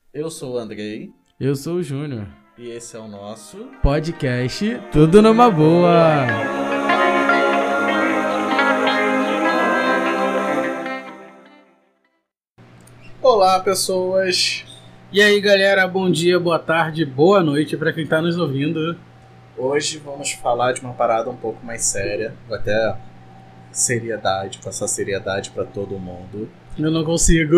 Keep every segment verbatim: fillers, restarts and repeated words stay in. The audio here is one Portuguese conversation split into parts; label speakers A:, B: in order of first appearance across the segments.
A: Eu sou o Andrei.
B: Eu sou o Júnior.
A: E esse é o nosso
B: podcast Tudo Numa Boa.
A: Olá, pessoas.
B: E aí, galera, bom dia, boa tarde, boa noite pra quem tá nos ouvindo.
A: Hoje vamos falar de uma parada um pouco mais séria. Vou até seriedade, passar seriedade pra todo mundo.
B: Eu não consigo.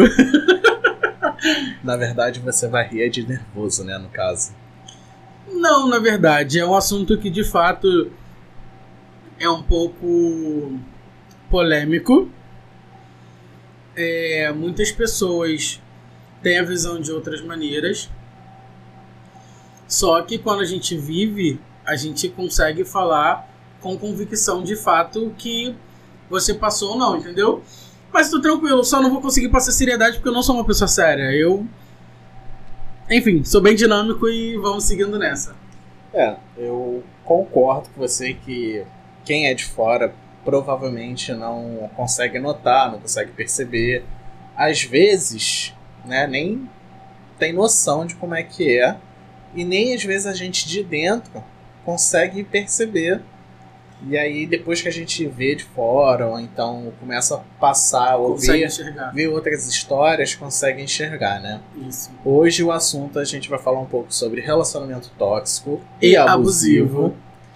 A: Na verdade, você vai rir de nervoso, né, no caso.
B: Não, na verdade, é um assunto que de fato é um pouco polêmico. É, muitas pessoas têm a visão de outras maneiras. Só que quando a gente vive, a gente consegue falar com convicção de fato que você passou ou não, entendeu? Mas tô tranquilo, só não vou conseguir passar seriedade porque eu não sou uma pessoa séria. Eu, enfim, sou bem dinâmico e vamos seguindo nessa.
A: É, eu concordo com você que quem é de fora provavelmente não consegue notar, não consegue perceber. Às vezes, né, nem tem noção de como é que é. E nem às vezes a gente de dentro consegue perceber. E aí depois que a gente vê de fora, ou então começa a passar, ouvir, ver outras histórias, consegue enxergar, né?
B: Isso.
A: Hoje o assunto a gente vai falar um pouco sobre relacionamento tóxico e, e abusivo. abusivo.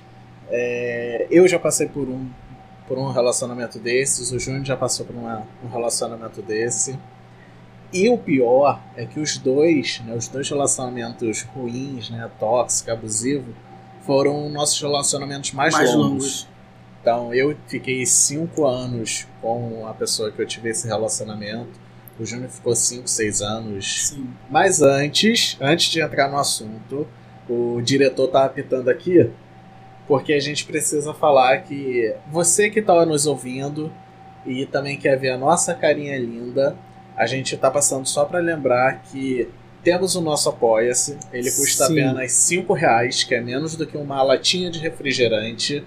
A: É, eu já passei por um, por um relacionamento desses, o Júnior já passou por uma, um relacionamento desse. E o pior é que os dois, né, os dois relacionamentos ruins, né, tóxico, abusivo, foram nossos relacionamentos mais, mais longos. longos. Então, eu fiquei cinco anos com a pessoa que eu tive esse relacionamento. O Júnior ficou cinco, seis anos.
B: Sim.
A: Mas antes, antes de entrar no assunto, o diretor tá apitando aqui, porque a gente precisa falar que você que tá nos ouvindo e também quer ver a nossa carinha linda, a gente tá passando só para lembrar que temos o nosso Apoia-se, ele custa Sim. apenas cinco reais, que é menos do que uma latinha de refrigerante.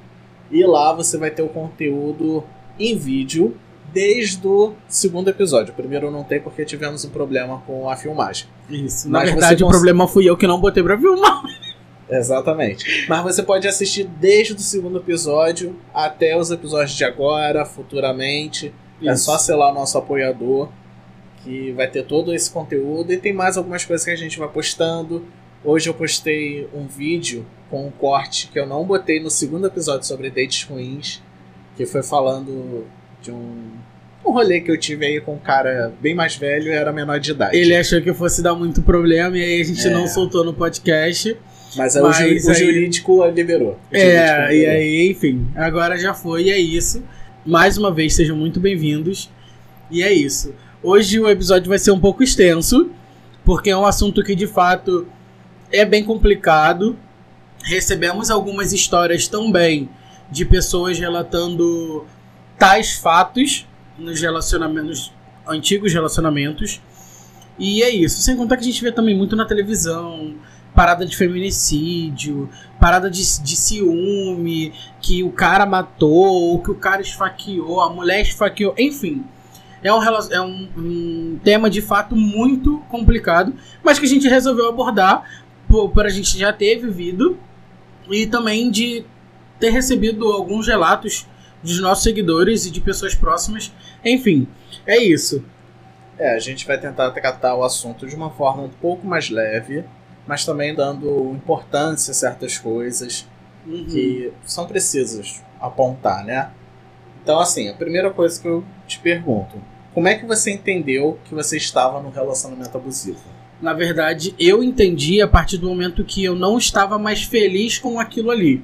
A: E lá você vai ter o conteúdo em vídeo desde o segundo episódio. O primeiro não tem porque tivemos um problema com a filmagem.
B: Isso, na Mas verdade o cons... problema fui eu que não botei pra filmar.
A: Exatamente. Mas você pode assistir desde o segundo episódio até os episódios de agora, futuramente. Isso. É só selar o nosso apoiador, que vai ter todo esse conteúdo. E tem mais algumas coisas que a gente vai postando. Hoje eu postei um vídeo com um corte que eu não botei no segundo episódio sobre dates ruins, que foi falando de um, um rolê que eu tive aí com um cara bem mais velho e era menor de idade.
B: Ele achou que fosse dar muito problema e aí a gente é. não soltou no podcast.
A: Mas, mas o, ju- o jurídico aí... liberou. O
B: é,
A: jurídico
B: e liberou. Aí, enfim, agora já foi e é isso. Mais uma vez, sejam muito bem-vindos. E é isso. Hoje o episódio vai ser um pouco extenso, porque é um assunto que de fato é bem complicado. Recebemos algumas histórias também de pessoas relatando tais fatos nos relacionamentos, antigos relacionamentos. E é isso. Sem contar que a gente vê também muito na televisão, parada de feminicídio, parada de, de ciúme, que o cara matou, ou que o cara esfaqueou, a mulher esfaqueou, enfim. É, um, é um, um tema de fato muito complicado, mas que a gente resolveu abordar por, por a gente já ter vivido e também de ter recebido alguns relatos dos nossos seguidores e de pessoas próximas. Enfim, é isso.
A: É, a gente vai tentar tratar o assunto de uma forma um pouco mais leve, mas também dando importância a certas coisas uhum. que são precisas apontar, né? Então, assim, a primeira coisa que eu te pergunto: como é que você entendeu que você estava num relacionamento abusivo?
B: Na verdade, eu entendi a partir do momento que eu não estava mais feliz com aquilo ali.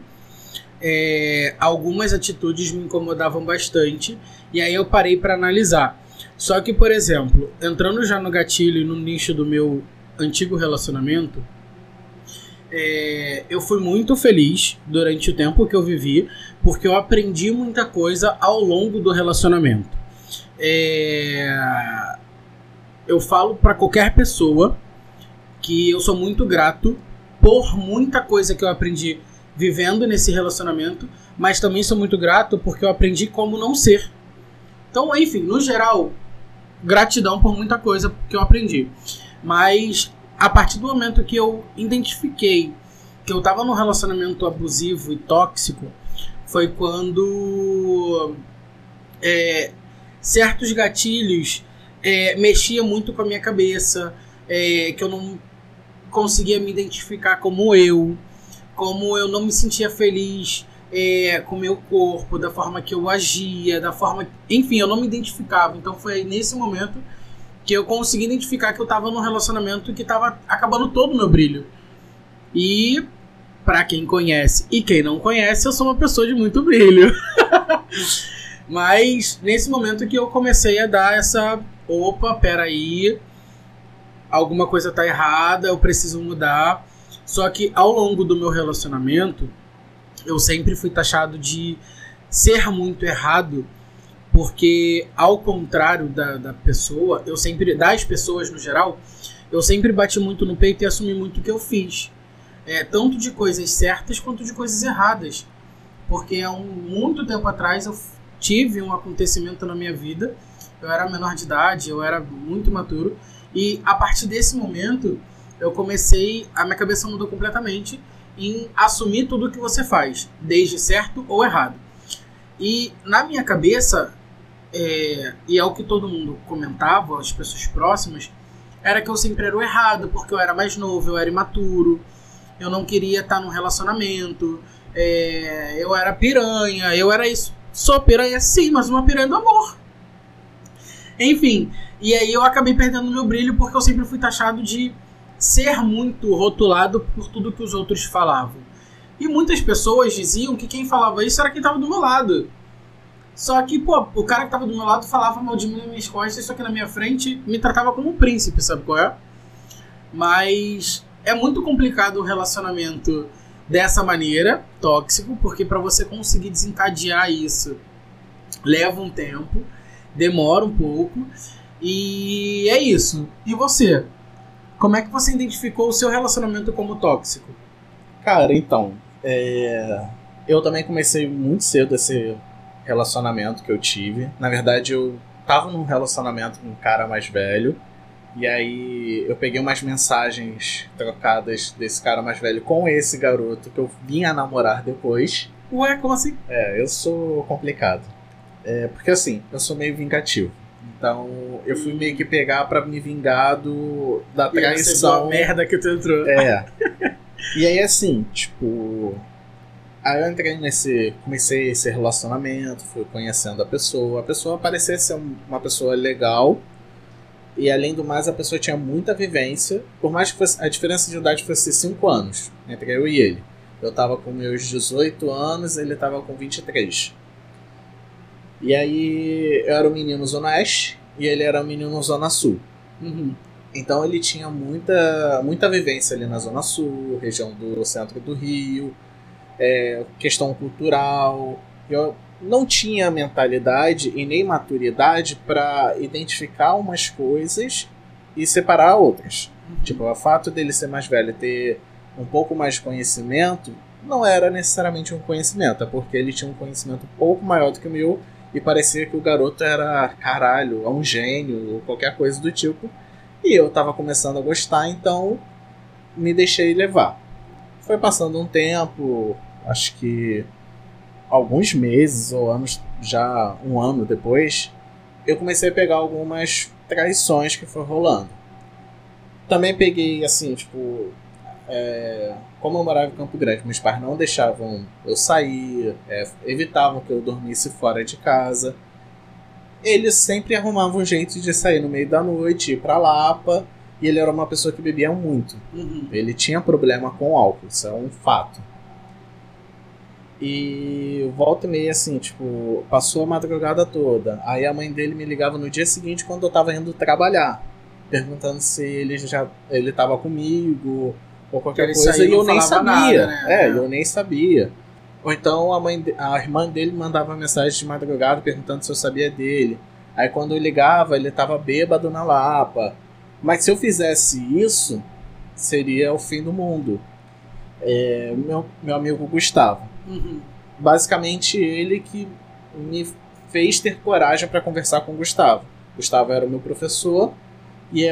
B: É, algumas atitudes me incomodavam bastante, e aí eu parei para analisar. Só que, por exemplo, entrando já no gatilho e no nicho do meu antigo relacionamento, é, eu fui muito feliz durante o tempo que eu vivi, porque eu aprendi muita coisa ao longo do relacionamento. É, eu falo para qualquer pessoa que eu sou muito grato por muita coisa que eu aprendi vivendo nesse relacionamento, mas também sou muito grato porque eu aprendi como não ser. Então, enfim, no geral, gratidão por muita coisa que eu aprendi. Mas a partir do momento que eu identifiquei que eu tava num relacionamento abusivo e tóxico, foi quando é, certos gatilhos é, mexiam muito com a minha cabeça, é, que eu não conseguia me identificar como eu, como eu não me sentia feliz é, com o meu corpo, da forma que eu agia, da forma... Enfim, eu não me identificava. Então foi nesse momento que eu consegui identificar que eu tava num relacionamento que tava acabando todo o meu brilho. E... pra quem conhece e quem não conhece, eu sou uma pessoa de muito brilho. Mas nesse momento que eu comecei a dar essa... Opa, peraí, alguma coisa tá errada, eu preciso mudar. Só que ao longo do meu relacionamento, eu sempre fui taxado de ser muito errado, porque ao contrário da, da pessoa, eu sempre, das pessoas no geral, eu sempre bati muito no peito e assumi muito o que eu fiz. É, tanto de coisas certas quanto de coisas erradas. Porque há um, muito tempo atrás eu tive um acontecimento na minha vida. Eu era menor de idade, eu era muito imaturo. E a partir desse momento, eu comecei... A minha cabeça mudou completamente em assumir tudo o que você faz, desde certo ou errado. E na minha cabeça, é, e é o que todo mundo comentava, as pessoas próximas, era que eu sempre era o errado, porque eu era mais novo, eu era imaturo. Eu não queria estar num relacionamento, é, eu era piranha, eu era isso. Sou piranha sim, mas uma piranha do amor. Enfim, e aí eu acabei perdendo meu brilho porque eu sempre fui taxado de ser muito rotulado por tudo que os outros falavam. E muitas pessoas diziam que quem falava isso era quem estava do meu lado. Só que, pô, o cara que estava do meu lado falava mal de mim nas minhas costas, só que na minha frente me tratava como um príncipe, sabe qual é? Mas... é muito complicado o relacionamento dessa maneira, tóxico, porque para você conseguir desencadear isso leva um tempo, demora um pouco, e é isso. E você? Como é que você identificou o seu relacionamento como tóxico?
A: Cara, então, é... eu também comecei muito cedo esse relacionamento que eu tive. Na verdade, eu tava num relacionamento com um cara mais velho, e aí eu peguei umas mensagens trocadas desse cara mais velho com esse garoto que eu vim a namorar depois.
B: Ué, como assim?
A: É, eu sou complicado. É, porque assim, eu sou meio vingativo. Então eu fui meio que pegar pra me vingar do, da traição.
B: A merda que tu entrou.
A: É. E aí assim, tipo... Aí eu entrei nesse... Comecei esse relacionamento, fui conhecendo a pessoa. A pessoa parecia ser uma pessoa legal. E além do mais, a pessoa tinha muita vivência. Por mais que fosse, a diferença de idade fosse cinco anos entre eu e ele. Eu tava com meus dezoito anos, ele tava com vinte e três. E aí eu era o menino Zona Oeste e ele era o menino Zona Sul.
B: Uhum.
A: Então ele tinha muita, muita vivência ali na Zona Sul, região do centro do Rio, é, questão cultural. Eu não tinha mentalidade e nem maturidade para identificar umas coisas e separar outras. Uhum. Tipo, o fato dele ser mais velho e ter um pouco mais de conhecimento não era necessariamente um conhecimento, é porque ele tinha um conhecimento um pouco maior do que o meu e parecia que o garoto era, caralho, é um gênio ou qualquer coisa do tipo. E eu tava começando a gostar, então me deixei levar. Foi passando um tempo, acho que alguns meses ou anos, já um ano depois, eu comecei a pegar algumas traições que foram rolando. Também peguei, assim, tipo... É, como eu morava em Campo Grande, meus pais não deixavam eu sair, é, evitavam que eu dormisse fora de casa. Eles sempre arrumavam um jeito de sair no meio da noite, ir pra Lapa, e ele era uma pessoa que bebia muito.
B: Uhum.
A: Ele tinha problema com álcool, isso é um fato. E volta e meia, assim, tipo, passou a madrugada toda. Aí a mãe dele me ligava no dia seguinte quando eu tava indo trabalhar, perguntando se ele já ele tava comigo ou qualquer
B: ele
A: coisa, e eu nem sabia.
B: Nada, né?
A: É, é, eu nem sabia. Ou então a, mãe de, a irmã dele mandava mensagem de madrugada perguntando se eu sabia dele. Aí quando eu ligava, ele tava bêbado na Lapa. Mas se eu fizesse isso, seria o fim do mundo. É, meu, meu amigo Gustavo.
B: Uhum.
A: Basicamente ele que me fez ter coragem para conversar com o Gustavo. Gustavo era o meu professor e eu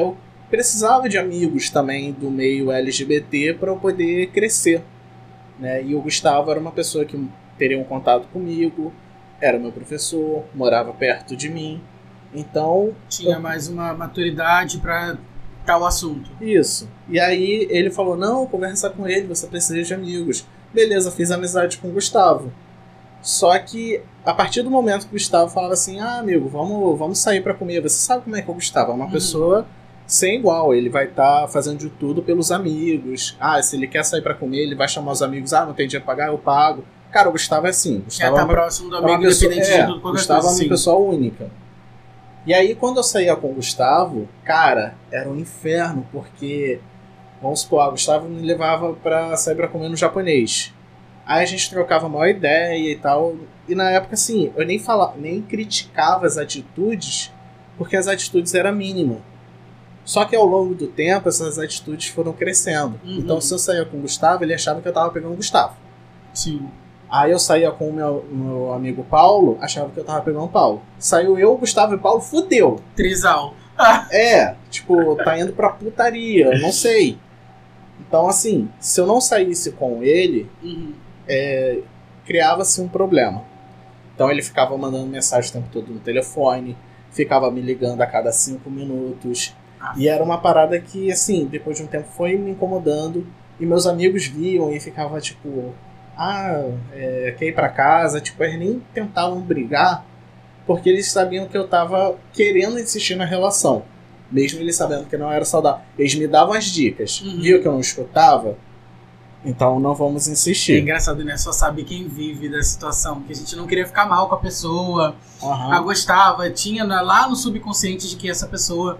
A: precisava de amigos também do meio L G B T para eu poder crescer, né? E o Gustavo era uma pessoa que teria um contato comigo, era meu professor, morava perto de mim, então...
B: Tinha
A: eu...
B: mais uma maturidade para tal assunto.
A: Isso. E aí ele falou, não, conversa com ele, você precisa de amigos. Beleza, fiz amizade com o Gustavo. Só que a partir do momento que o Gustavo falava assim, ah, amigo, vamos, vamos sair pra comer. Você sabe como é que é o Gustavo? É uma uhum. pessoa sem igual. Ele vai estar tá fazendo de tudo pelos amigos. Ah, se ele quer sair pra comer, ele vai chamar os amigos. Ah, não tem dinheiro pra pagar, eu pago. Cara, o Gustavo é assim. Gustavo
B: é, tá
A: é uma,
B: próximo do amigo,
A: é pessoa,
B: independente
A: é,
B: de tudo.
A: Gustavo
B: coisa,
A: é uma
B: sim.
A: pessoa única. E aí, quando eu saía com o Gustavo, cara, era um inferno, porque, vamos supor, o Gustavo me levava pra sair pra comer no japonês. Aí a gente trocava a maior ideia e tal. E na época, assim, eu nem falava, nem criticava as atitudes, porque as atitudes eram mínimas. Só que ao longo do tempo, essas atitudes foram crescendo. Uhum. Então, se eu saía com o Gustavo, ele achava que eu tava pegando o Gustavo.
B: Sim.
A: Aí eu saía com o meu, meu amigo Paulo, achava que eu tava pegando o Paulo. Saiu eu, Gustavo e Paulo, fudeu.
B: Trisal.
A: É, tipo, tá indo pra putaria, eu não sei. Então, assim, se eu não saísse com ele,
B: uhum.
A: é, criava-se um problema. Então ele ficava mandando mensagem o tempo todo no telefone, ficava me ligando a cada cinco minutos. Ah. E era uma parada que, assim, depois de um tempo foi me incomodando. E meus amigos viam e ficava tipo... Ah, é, quer ir pra casa? Tipo, eles nem tentavam brigar, porque eles sabiam que eu tava querendo insistir na relação. Mesmo eles sabendo que não era saudável. Eles me davam as dicas.
B: Uhum.
A: Viu que eu não escutava? Então não vamos insistir.
B: É engraçado, né? Só sabe quem vive da situação. Porque a gente não queria ficar mal com a pessoa.
A: Uhum.
B: A gostava. Tinha lá no subconsciente de que essa pessoa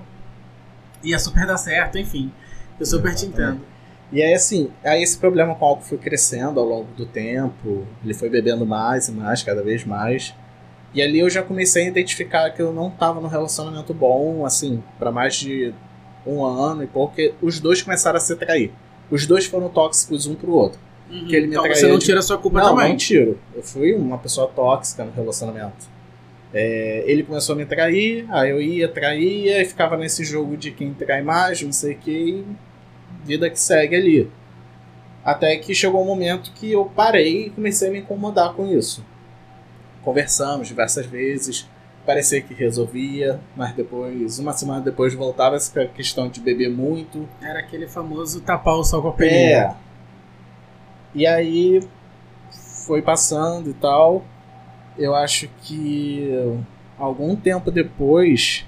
B: ia super dar certo. Enfim, eu super te entendo.
A: E aí, assim, aí esse problema com o álcool foi crescendo ao longo do tempo. Ele foi bebendo mais e mais, cada vez mais. E ali eu já comecei a identificar que eu não estava num relacionamento bom, assim, para mais de um ano e pouco, porque os dois começaram a se trair. Os dois foram tóxicos um pro outro.
B: Uhum.
A: Que ele me
B: então
A: traía
B: você não
A: de...
B: tira a sua culpa
A: não,
B: também?
A: Não, não tiro. Eu fui uma pessoa tóxica no relacionamento. É, ele começou a me trair, aí eu ia, traía, e ficava nesse jogo de quem trai mais, não sei o que, vida que segue ali. Até que chegou um momento que eu parei e comecei a me incomodar com isso. Conversamos diversas vezes, parecia que resolvia, mas depois, uma semana depois, voltava essa questão de beber muito.
B: Era aquele famoso tapar o sol com a peneira.
A: É. E aí foi passando e tal. Eu acho que algum tempo depois...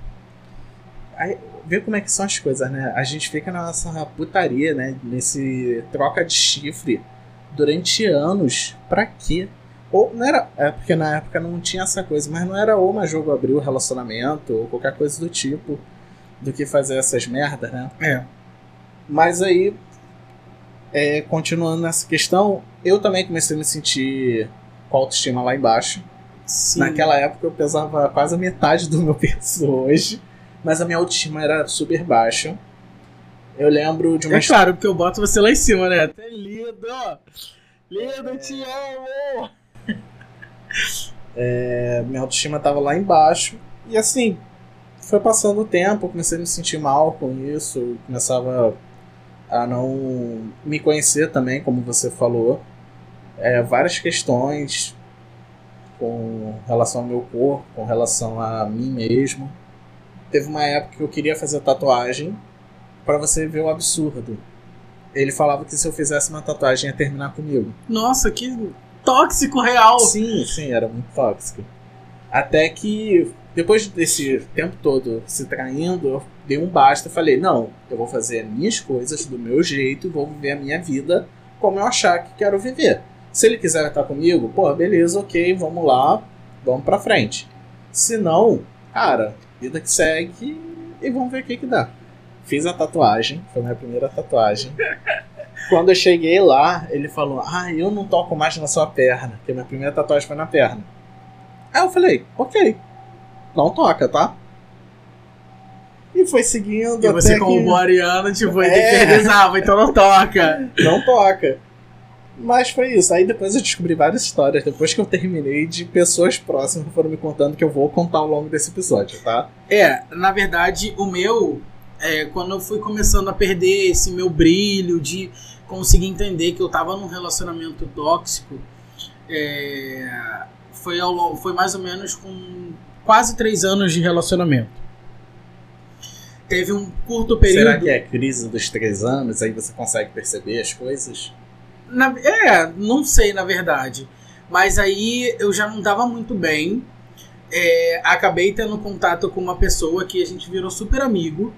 A: Aí, vê como é que são as coisas, né? A gente fica na nossa putaria, né? Nesse troca de chifre durante anos. Pra quê? Ou não era... É porque na época não tinha essa coisa, mas não era ou uma jogo abrir o relacionamento ou qualquer coisa do tipo do que fazer essas merdas, né?
B: É.
A: Mas aí, é, continuando nessa questão, eu também comecei a me sentir com a autoestima lá embaixo.
B: Sim.
A: Naquela época eu pesava quase a metade do meu peso hoje, mas a minha autoestima era super baixa. Eu lembro de uma...
B: É claro, porque eu boto você lá em cima, né? Até lindo! Lindo, é... te amo!
A: É, minha autoestima tava lá embaixo. E assim, foi passando o tempo, eu comecei a me sentir mal com isso. Eu começava a não me conhecer também, como você falou. É, várias questões com relação ao meu corpo, com relação a mim mesmo. Teve uma época que eu queria fazer tatuagem, pra você ver o absurdo. Ele falava que se eu fizesse uma tatuagem ia terminar comigo.
B: Nossa, que tóxico real!
A: Sim, sim, era muito tóxico. Até que, depois desse tempo todo se traindo, eu dei um basta e falei, não, eu vou fazer as minhas coisas do meu jeito e vou viver a minha vida como eu achar que quero viver. Se ele quiser estar comigo, pô, beleza, ok, vamos lá, vamos pra frente. Se não, cara, vida que segue e vamos ver o que que dá. Fiz a tatuagem, foi a minha primeira tatuagem. Quando eu cheguei lá, ele falou, ah, eu não toco mais na sua perna, porque minha primeira tatuagem foi na perna. Aí eu falei, ok, não toca, tá? E foi seguindo
B: e
A: até
B: você como
A: que...
B: boariano, tipo,
A: É.
B: infernizava, então não toca.
A: Não toca. Mas foi isso. Aí depois eu descobri várias histórias, depois que eu terminei, de pessoas próximas que foram me contando, que eu vou contar ao longo desse episódio, tá?
B: É, na verdade, o meu é, quando eu fui começando a perder esse meu brilho de conseguir entender que eu tava num relacionamento tóxico, é, foi, ao, foi mais ou menos com quase três anos de relacionamento. Teve um curto período...
A: Será que é a crise dos três anos? Aí você consegue perceber as coisas?
B: Na, é, não sei, na verdade. Mas aí eu já não dava muito bem. É, acabei tendo contato com uma pessoa que a gente virou super amigo.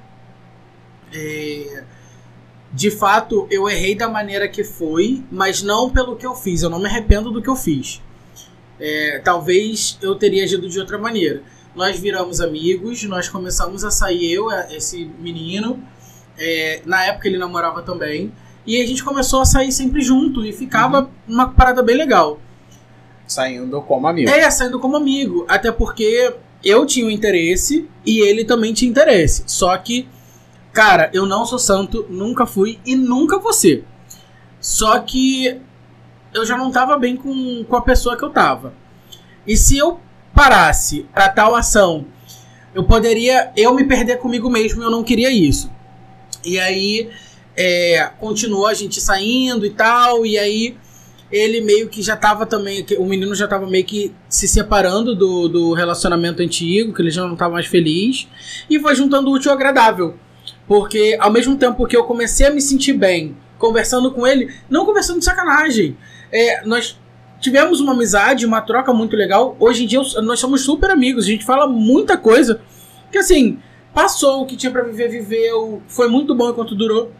B: É, de fato, eu errei da maneira que foi, mas não pelo que eu fiz. Eu não me arrependo do que eu fiz. É, talvez eu teria agido de outra maneira. Nós viramos amigos, nós começamos a sair, eu, esse menino. É, na época ele namorava também. E a gente começou a sair sempre junto e ficava uhum. uma parada bem legal.
A: Saindo como amigo.
B: É, saindo como amigo. Até porque eu tinha um interesse e ele também tinha interesse. Só que, cara, eu não sou santo, nunca fui e nunca vou ser. Só que eu já não tava bem com, com a pessoa que eu tava. E se eu parasse pra tal ação, eu poderia eu me perder comigo mesmo e eu não queria isso. E aí, é, continuou a gente saindo e tal, e aí ele meio que já tava também, o menino já tava meio que se separando do, do relacionamento antigo, que ele já não tava mais feliz, e foi juntando o útil ao agradável. Porque ao mesmo tempo que eu comecei a me sentir bem conversando com ele, não conversando de sacanagem, é, nós tivemos uma amizade, uma troca muito legal. Hoje em dia nós somos super amigos, a gente fala muita coisa, que assim, passou o que tinha pra viver, viveu, foi muito bom enquanto durou.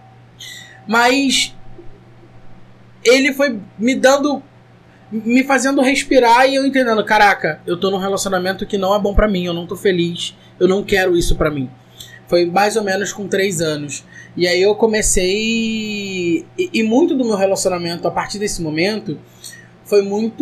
B: Mas ele foi me dando, me fazendo respirar e eu entendendo, caraca, eu tô num relacionamento que não é bom pra mim, eu não tô feliz, eu não quero isso pra mim. Foi mais ou menos com três anos. E aí eu comecei, e, e muito do meu relacionamento a partir desse momento foi muito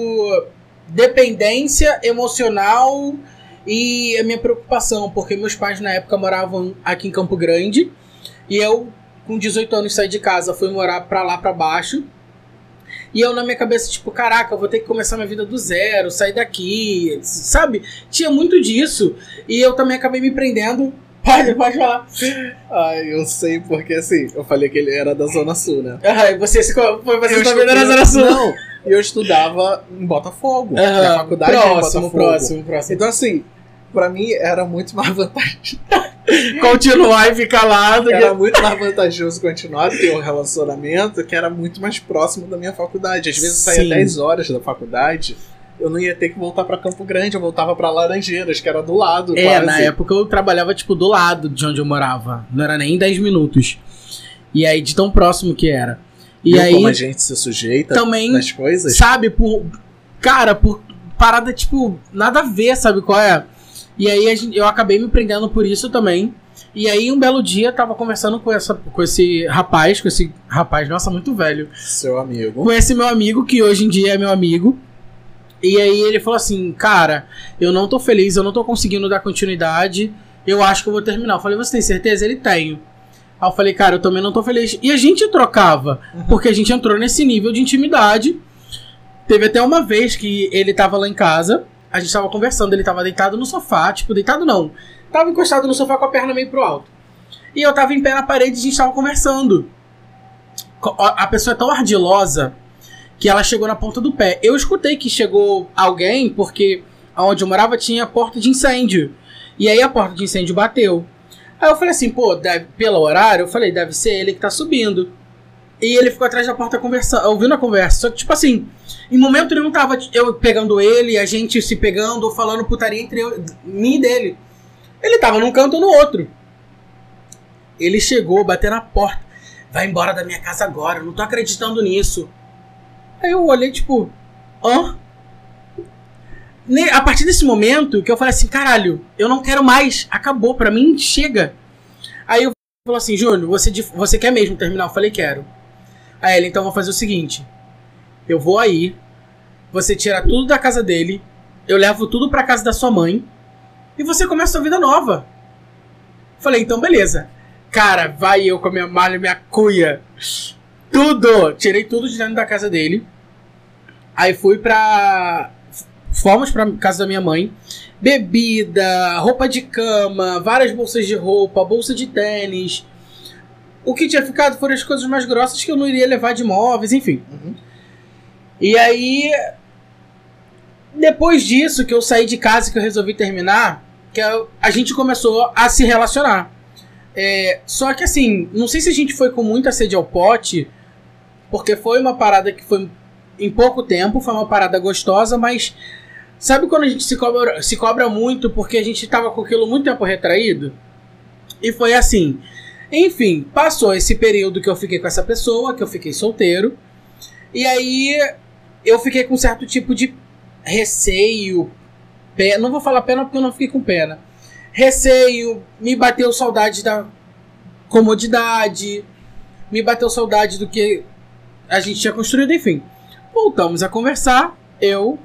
B: dependência emocional e a minha preocupação, porque meus pais na época moravam aqui em Campo Grande e eu com dezoito anos saí de casa, fui morar pra lá pra baixo. E eu na minha cabeça, tipo, caraca, eu vou ter que começar minha vida do zero, sair daqui, sabe? Tinha muito disso. E eu também acabei me prendendo. Pode, pode falar.
A: Ai, eu sei, porque assim, eu falei que ele era da Zona Sul, né?
B: Ah, e você, se, foi você também da Zona Sul?
A: Não, eu estudava em Botafogo.
B: Aham,
A: na faculdade
B: próximo,
A: em Botafogo.
B: próximo, próximo.
A: Então assim, pra mim era muito mais vantajoso.
B: Continuar e ficar lá do
A: Era
B: que...
A: muito mais vantajoso continuar ter um relacionamento que era muito mais próximo da minha faculdade. Às vezes eu saía
B: Sim.
A: dez horas da faculdade, eu não ia ter que voltar pra Campo Grande, eu voltava pra Laranjeiras, que era do lado.
B: É,
A: quase.
B: na época eu trabalhava, tipo, do lado de onde eu morava. Não era nem dez minutos. E aí, de tão próximo que era. E
A: Viu
B: aí,
A: como a gente se sujeita
B: também,
A: nas coisas?
B: sabe, por... Cara, por parada, tipo, nada a ver, sabe qual é? E aí a gente, eu acabei me prendendo por isso também. E aí um belo dia eu tava conversando com, essa, com esse rapaz, com esse rapaz, nossa, muito velho.
A: Seu amigo.
B: Com esse meu amigo, que hoje em dia é meu amigo. E aí ele falou assim, cara, eu não tô feliz, eu não tô conseguindo dar continuidade, eu acho que eu vou terminar. Eu falei, você tem certeza? Ele tem. Aí eu falei, cara, eu também não tô feliz. E a gente trocava, uhum. porque a gente entrou nesse nível de intimidade. Teve até uma vez que ele tava lá em casa, a gente tava conversando, ele tava deitado no sofá, tipo, deitado não, tava encostado no sofá com a perna meio pro alto. E eu tava em pé na parede e a gente tava conversando. A pessoa é tão ardilosa que ela chegou na ponta do pé. Eu escutei que chegou alguém, porque onde eu morava tinha porta de incêndio. E aí a porta de incêndio bateu. Aí eu falei assim, pô, deve, pelo horário, eu falei, deve ser ele que tá subindo. E ele ficou atrás da porta conversando, ouvindo a conversa. Só que, tipo assim, em momento nenhum tava eu pegando ele, a gente se pegando, ou falando putaria entre eu, mim e dele. Ele tava num canto ou no outro. Ele chegou, bateu na porta. Vai embora da minha casa agora, eu não tô acreditando nisso. Aí eu olhei, tipo, hã? A partir desse momento que eu falei assim, caralho, eu não quero mais, acabou, pra mim, chega. Aí eu falei assim, Júnior, você, você quer mesmo terminar? Eu falei, quero. Aí ele, então eu vou fazer o seguinte, eu vou aí, você tira tudo da casa dele, eu levo tudo pra casa da sua mãe, e você começa a sua vida nova. Falei, então beleza. Cara, vai eu com a minha malha, minha cuia, tudo, tirei tudo de dentro da casa dele. Aí fui pra... fomos pra casa da minha mãe. Bebida, roupa de cama, várias bolsas de roupa, bolsa de tênis. O que tinha ficado foram as coisas mais grossas que eu não iria levar de móveis, enfim.
A: Uhum.
B: E aí, depois disso, que eu saí de casa, que eu resolvi terminar, que eu, a gente começou a se relacionar. É, só que assim, não sei se a gente foi com muita sede ao pote, porque foi uma parada que foi em pouco tempo, foi uma parada gostosa, mas sabe quando a gente se cobra, se cobra muito porque a gente tava com aquilo muito tempo retraído? E foi assim. Enfim, passou esse período que eu fiquei com essa pessoa, que eu fiquei solteiro, e aí eu fiquei com um certo tipo de receio, pena, não vou falar pena porque eu não fiquei com pena. Receio, me bateu saudade da comodidade, me bateu saudade do que a gente tinha construído, enfim. Voltamos a conversar, eu,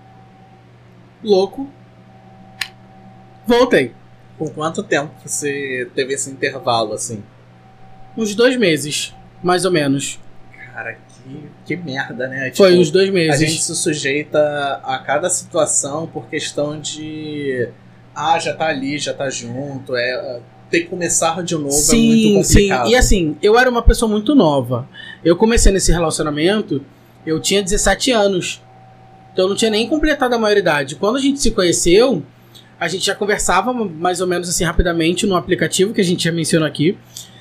B: louco, voltei.
A: Com quanto tempo você teve esse intervalo, assim?
B: Uns dois meses, mais ou menos.
A: Cara, que, que merda, né?
B: Foi
A: Tipo,
B: uns dois meses.
A: A gente se sujeita a cada situação por questão de... Ah, já tá ali, já tá junto. É, ter que começar de novo
B: sim,
A: é muito complicado.
B: Sim, e assim, eu era uma pessoa muito nova. Eu comecei nesse relacionamento, eu tinha dezessete anos. Então eu não tinha nem completado a maioridade. Quando a gente se conheceu, a gente já conversava mais ou menos assim rapidamente no aplicativo que a gente já mencionou aqui.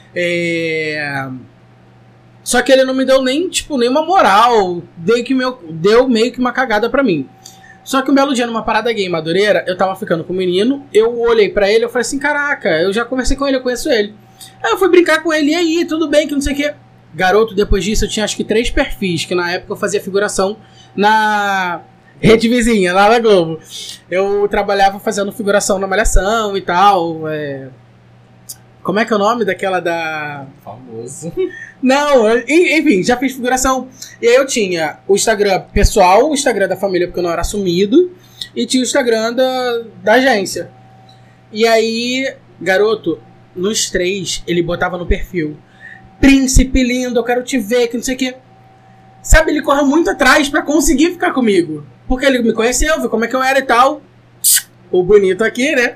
B: É... Só que ele não me deu nem, tipo, nenhuma moral. Deu, que meu... deu meio que uma cagada pra mim. Só que um belo dia, numa parada gay em Madureira, eu tava ficando com um menino, eu olhei pra ele, eu falei assim, caraca, eu já conversei com ele, eu conheço ele. Aí eu fui brincar com ele, e aí, tudo bem, que não sei o que. Garoto, depois disso eu tinha acho que três perfis, que na época eu fazia figuração na rede vizinha, lá na Globo. Eu trabalhava fazendo figuração na Malhação e tal, é... Como é que é o nome daquela da...
A: Famoso.
B: Não, enfim, já fiz figuração. E aí eu tinha o Instagram pessoal, o Instagram da família, porque eu não era assumido, e tinha o Instagram da, da agência. E aí, garoto, nos três, ele botava no perfil: príncipe lindo, eu quero te ver, que não sei o quê. Sabe, ele correu muito atrás pra conseguir ficar comigo. Porque ele me conheceu, viu como é que eu era e tal. O bonito aqui, né?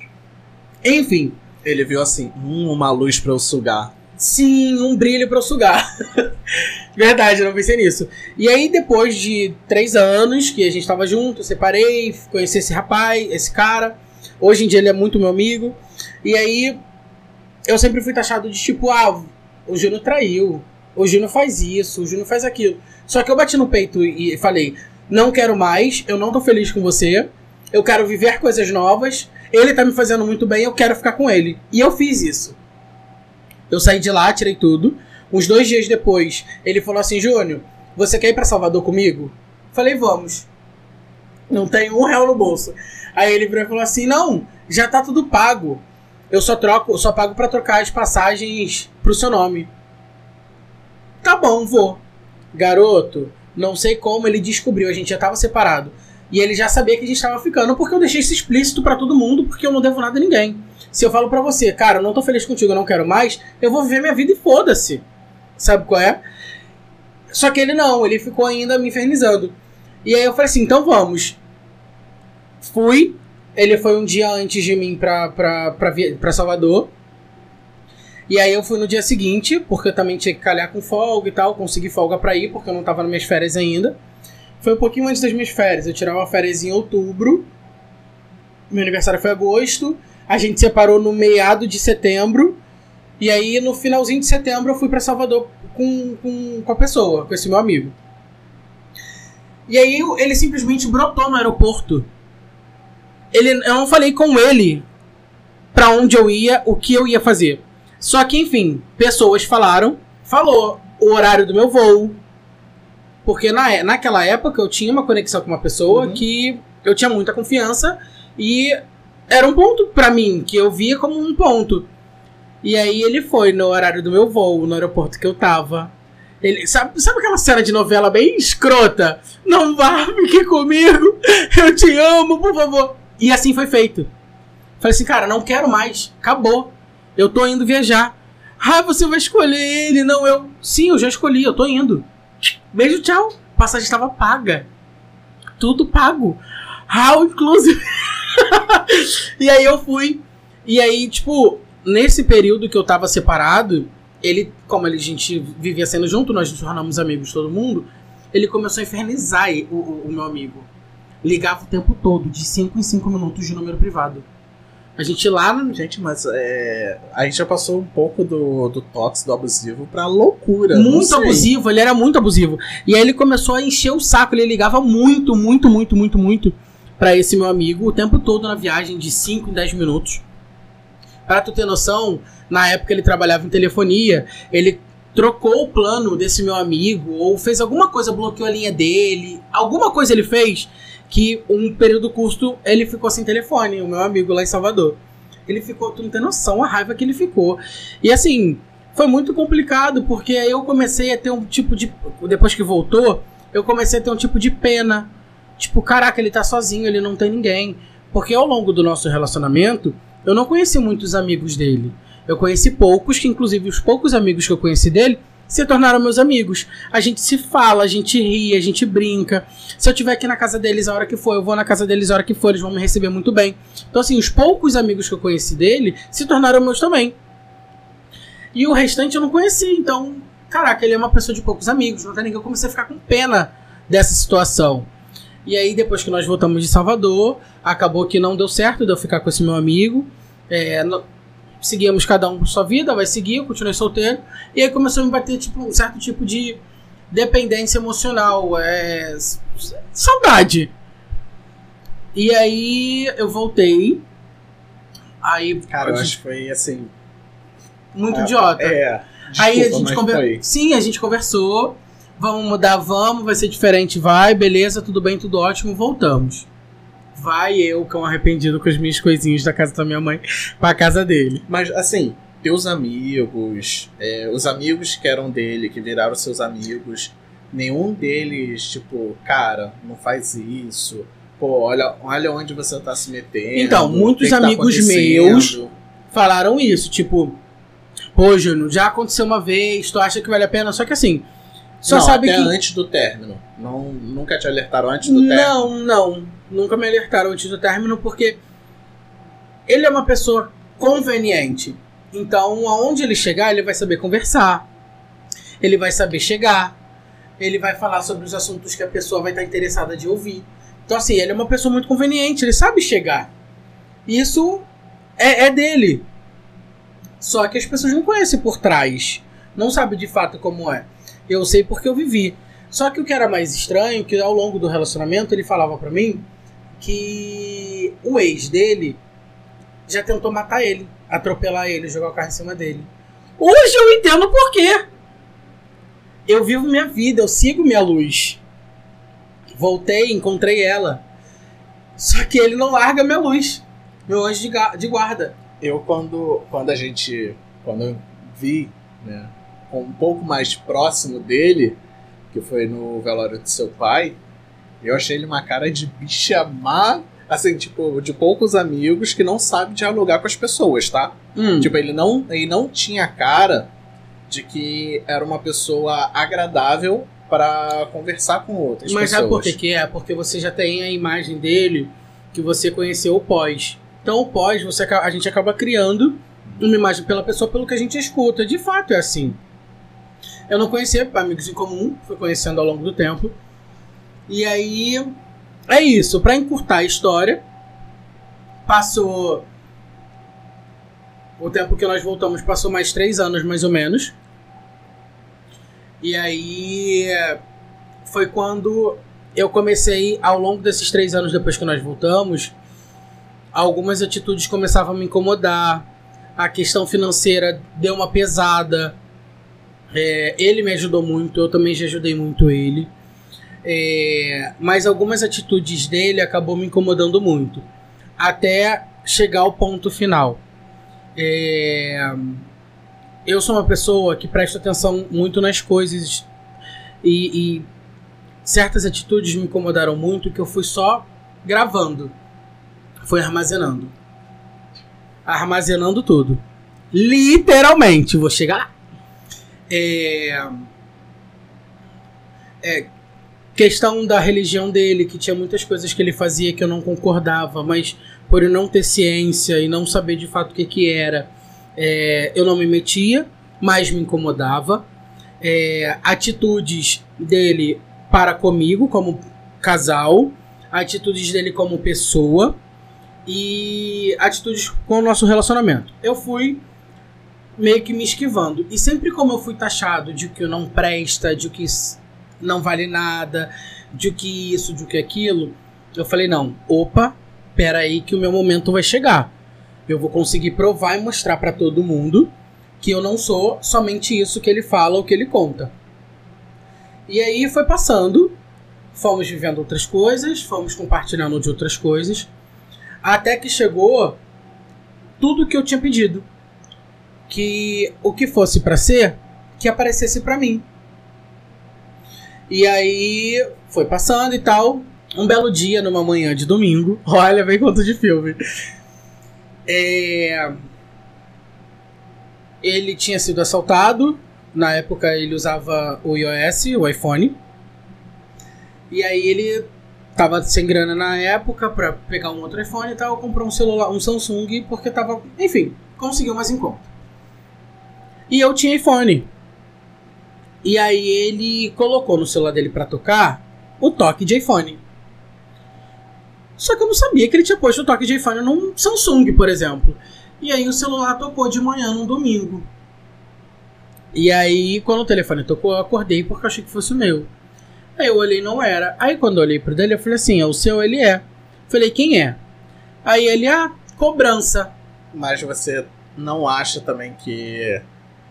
B: Enfim.
A: Ele viu assim, hum, uma luz pra eu sugar.
B: Sim, um brilho pra eu sugar. Verdade, eu não pensei nisso. E aí, depois de três anos que a gente tava junto, eu separei, conheci esse rapaz, esse cara. Hoje em dia ele é muito meu amigo. E aí, eu sempre fui taxado de tipo, ah, o Júnior traiu, o Júnior faz isso, o Júnior faz aquilo. Só que eu bati no peito e falei, não quero mais, eu não tô feliz com você, eu quero viver coisas novas, ele tá me fazendo muito bem, eu quero ficar com ele. E eu fiz isso. Eu saí de lá, tirei tudo. Uns dois dias depois, ele falou assim, Júnior, você quer ir pra Salvador comigo? Falei, vamos. Não tenho um real no bolso. Aí ele falou assim, não, já tá tudo pago. Eu só troco, eu só pago pra trocar as passagens pro seu nome. Tá bom, vou. Garoto, não sei como ele descobriu, a gente já tava separado. E ele já sabia que a gente tava ficando, porque eu deixei isso explícito pra todo mundo, porque eu não devo nada a ninguém. Se eu falo pra você, cara, eu não tô feliz contigo, eu não quero mais, eu vou viver minha vida e foda-se. Sabe qual é? Só que ele não, ele ficou ainda me infernizando. E aí eu falei assim, então vamos. Fui, ele foi um dia antes de mim pra, pra, pra, pra Salvador. E aí eu fui no dia seguinte, porque eu também tinha que calhar com folga e tal, consegui folga pra ir, porque eu não tava nas minhas férias ainda. Foi um pouquinho antes das minhas férias, eu tirava uma férias em outubro, meu aniversário foi em agosto, a gente separou no meado de setembro, e aí no finalzinho de setembro eu fui pra Salvador com, com, com a pessoa, com esse meu amigo. E aí ele simplesmente brotou no aeroporto. Ele, eu não falei com ele pra onde eu ia, o que eu ia fazer. Só que, enfim, pessoas falaram, falou o horário do meu voo. Porque na, naquela época eu tinha uma conexão com uma pessoa uhum. que eu tinha muita confiança e era um ponto pra mim, que eu via como um ponto. E aí ele foi no horário do meu voo, no aeroporto que eu tava. Ele, sabe, sabe aquela cena de novela bem escrota? Não vá, fique comigo, eu te amo, por favor. E assim foi feito. Falei assim, cara, não quero mais, acabou. Eu tô indo viajar. Ah, você vai escolher ele, não eu. Sim, eu já escolhi, eu tô indo. Beijo, tchau. A passagem estava paga. tudo pago. How inclusive. E aí eu fui. E aí, tipo, nesse período que eu tava separado, ele, como a gente vivia sendo junto, nós nos tornamos amigos, todo mundo, ele começou a infernizar o, o, o meu amigo. Ligava o tempo todo, de cinco em cinco minutos de número privado. A gente lá... No...
A: Gente, mas é... a gente já passou um pouco do, do tóxico, do abusivo pra loucura.
B: Muito abusivo, ele era muito abusivo. E aí ele começou a encher o saco, ele ligava muito, muito, muito, muito, muito pra esse meu amigo, o tempo todo na viagem, de cinco em dez minutos. Pra tu ter noção, na época ele trabalhava em telefonia, ele trocou o plano desse meu amigo, ou fez alguma coisa, bloqueou a linha dele, alguma coisa ele fez... que um período curto ele ficou sem telefone, o meu amigo lá em Salvador. Ele ficou, tu não tem noção a raiva que ele ficou. E assim, foi muito complicado, porque aí eu comecei a ter um tipo de... Depois que voltou, eu comecei a ter um tipo de pena. Tipo, caraca, ele tá sozinho, ele não tem ninguém. Porque ao longo do nosso relacionamento, eu não conheci muitos amigos dele. Eu conheci poucos, que inclusive os poucos amigos que eu conheci dele se tornaram meus amigos. A gente se fala, a gente ri, a gente brinca. Se eu estiver aqui na casa deles a hora que for, eu vou na casa deles a hora que for, eles vão me receber muito bem. Então assim, os poucos amigos que eu conheci dele se tornaram meus também. E o restante eu não conheci, então, caraca, ele é uma pessoa de poucos amigos, não tem ninguém. Eu comecei a ficar com pena dessa situação. E aí depois que nós voltamos de Salvador, acabou que não deu certo de eu ficar com esse meu amigo. É... Seguíamos cada um por sua vida, vai seguir, eu continuei solteiro. E aí começou a me bater tipo, um certo tipo de dependência emocional, é... saudade. E aí eu voltei. Aí,
A: cara, eu acho que foi assim...
B: muito
A: ah,
B: idiota.
A: É, desculpa,
B: aí a gente conver... Sim, a gente conversou. Vamos mudar, vamos, vai ser diferente, vai, beleza, tudo bem, tudo ótimo, voltamos. Vai eu, cão arrependido com as minhas coisinhas da casa da minha mãe, pra casa dele.
A: Mas, assim, teus amigos, é, os amigos que eram dele, que viraram seus amigos, nenhum deles, tipo, cara, não faz isso. Pô, olha, olha onde você tá se metendo.
B: Então, muitos
A: que que
B: amigos
A: tá
B: meus falaram isso, tipo, pô, Júnior, já aconteceu uma vez, tu acha que vale a pena? Só que assim, só
A: não,
B: sabe
A: até
B: que...
A: antes do término. Não, nunca te alertaram antes do término?
B: Não, não. Nunca me alertaram antes do término, porque ele é uma pessoa conveniente. Então, aonde ele chegar, ele vai saber conversar. Ele vai saber chegar. Ele vai falar sobre os assuntos que a pessoa vai estar interessada de ouvir. Então, assim, ele é uma pessoa muito conveniente. Ele sabe chegar. Isso é, é dele. Só que as pessoas não conhecem por trás. Não sabem de fato como é. Eu sei porque eu vivi. Só que o que era mais estranho, que ao longo do relacionamento ele falava pra mim que o ex dele já tentou matar ele, atropelar ele, jogar o carro em cima dele. Hoje eu entendo por quê. Eu vivo minha vida, eu sigo minha luz. Voltei, encontrei ela. Só que ele não larga minha luz, meu anjo de, de guarda.
A: Eu, quando, quando a gente, quando eu vi, né, um pouco mais próximo dele, que foi no velório do seu pai, eu achei ele uma cara de bicha má, assim, tipo, de poucos amigos que não sabe dialogar com as pessoas, tá?
B: Hum.
A: Tipo, ele não, ele não tinha cara de que era uma pessoa agradável para conversar com outras
B: Mas
A: pessoas.
B: sabe por que que é? Porque você já tem a imagem dele que você conheceu o pós. Então o pós, você, a gente acaba criando uma imagem pela pessoa pelo que a gente escuta. De fato é assim. Eu não conhecia amigos em comum, fui conhecendo ao longo do tempo. E aí, é isso. Pra encurtar a história, passou... O tempo que nós voltamos passou mais três anos, mais ou menos. E aí, foi quando eu comecei, ao longo desses três anos depois que nós voltamos, algumas atitudes começavam a me incomodar. A questão financeira deu uma pesada. É, ele me ajudou muito, eu também já ajudei muito ele. É, mas algumas atitudes dele acabou me incomodando muito. Até chegar ao ponto final. É, eu sou uma pessoa que presta atenção muito nas coisas. E, e certas atitudes me incomodaram muito, que eu fui só gravando. Fui armazenando. Armazenando tudo. Literalmente, vou chegar lá. É, é, questão da religião dele, que tinha muitas coisas que ele fazia que eu não concordava, mas por eu não ter ciência e não saber de fato o que que era, é, eu não me metia, mas me incomodava. É, atitudes dele para comigo como casal, atitudes dele como pessoa e atitudes com o nosso relacionamento. Eu fui meio que me esquivando. E sempre como eu fui taxado de que não presta, de que não vale nada, de que isso, de que aquilo, eu falei, não, opa, pera aí que o meu momento vai chegar. Eu vou conseguir provar e mostrar pra todo mundo que eu não sou somente isso que ele fala ou que ele conta. E aí foi passando, fomos vivendo outras coisas, fomos compartilhando de outras coisas, até que chegou tudo que eu tinha pedido. Que o que fosse pra ser, que aparecesse pra mim. E aí foi passando e tal. Um belo dia, numa manhã de domingo. Olha, vem conto de filme. É... Ele tinha sido assaltado. Na época ele usava o iOS, o iPhone. E aí ele tava sem grana na época pra pegar um outro iPhone e tal. Comprou um celular, um Samsung, porque tava... Enfim, conseguiu mais em conta. E eu tinha iPhone. E aí ele colocou no celular dele pra tocar o toque de iPhone. Só que eu não sabia que ele tinha posto o toque de iPhone num Samsung, por exemplo. E aí o celular tocou de manhã num domingo. E aí quando o telefone tocou, eu acordei porque eu achei que fosse o meu. Aí eu olhei, não era. Aí quando eu olhei pro dele, eu falei assim, é o seu, ele é. Falei, quem é? Aí ele, ah, cobrança.
A: Mas você não acha também que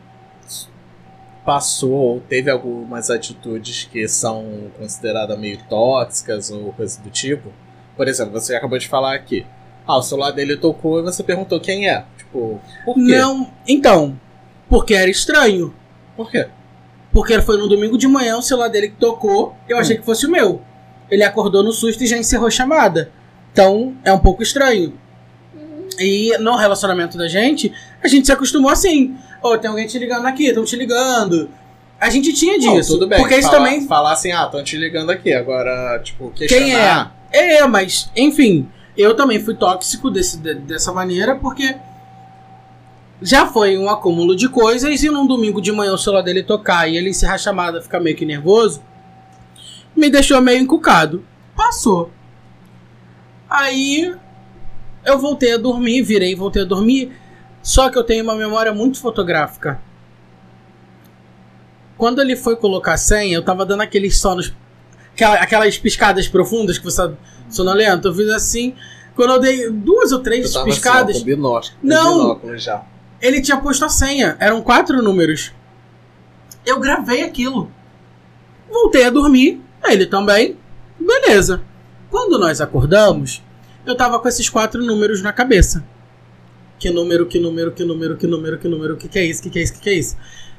A: passou ou teve algumas atitudes que são consideradas meio tóxicas ou coisa do tipo? Por exemplo, você acabou de falar aqui, ah, o celular dele tocou e você perguntou quem é. Tipo, por quê?
B: Não, então, porque era estranho.
A: Por quê?
B: Porque foi no domingo de manhã, o celular dele que tocou, eu hum. achei que fosse o meu. Ele acordou no susto e já encerrou a chamada. Então, é um pouco estranho. E no relacionamento da gente, a gente se acostumou assim. Ô, oh, tem alguém te ligando aqui, estão te ligando. A gente tinha disso.
A: Não, tudo bem.
B: Porque isso
A: falar,
B: também...
A: falar assim, ah, estão te ligando aqui. Agora, tipo, questionar...
B: Quem é? É, mas, enfim, eu também fui tóxico desse, de, dessa maneira, porque já foi um acúmulo de coisas e num domingo de manhã o celular dele tocar e ele encerrar a chamada, ficar meio que nervoso, me deixou meio encucado. Passou. Aí eu voltei a dormir, virei e voltei a dormir. Só que eu tenho uma memória muito fotográfica. Quando ele foi colocar a senha, eu tava dando aqueles sonos, aquelas piscadas profundas que você sonolento. Eu fiz assim. Quando eu dei duas ou três
A: eu
B: piscadas.
A: Assim, ó, com binóculo,
B: não,
A: com binóculo já.
B: Ele tinha posto a senha. Eram quatro números. Eu gravei aquilo. Voltei a dormir. Ele também. Beleza. Quando nós acordamos, eu tava com esses quatro números na cabeça. Que número, que número, que número, que número, que número, que que é isso, que que é isso, que que é isso.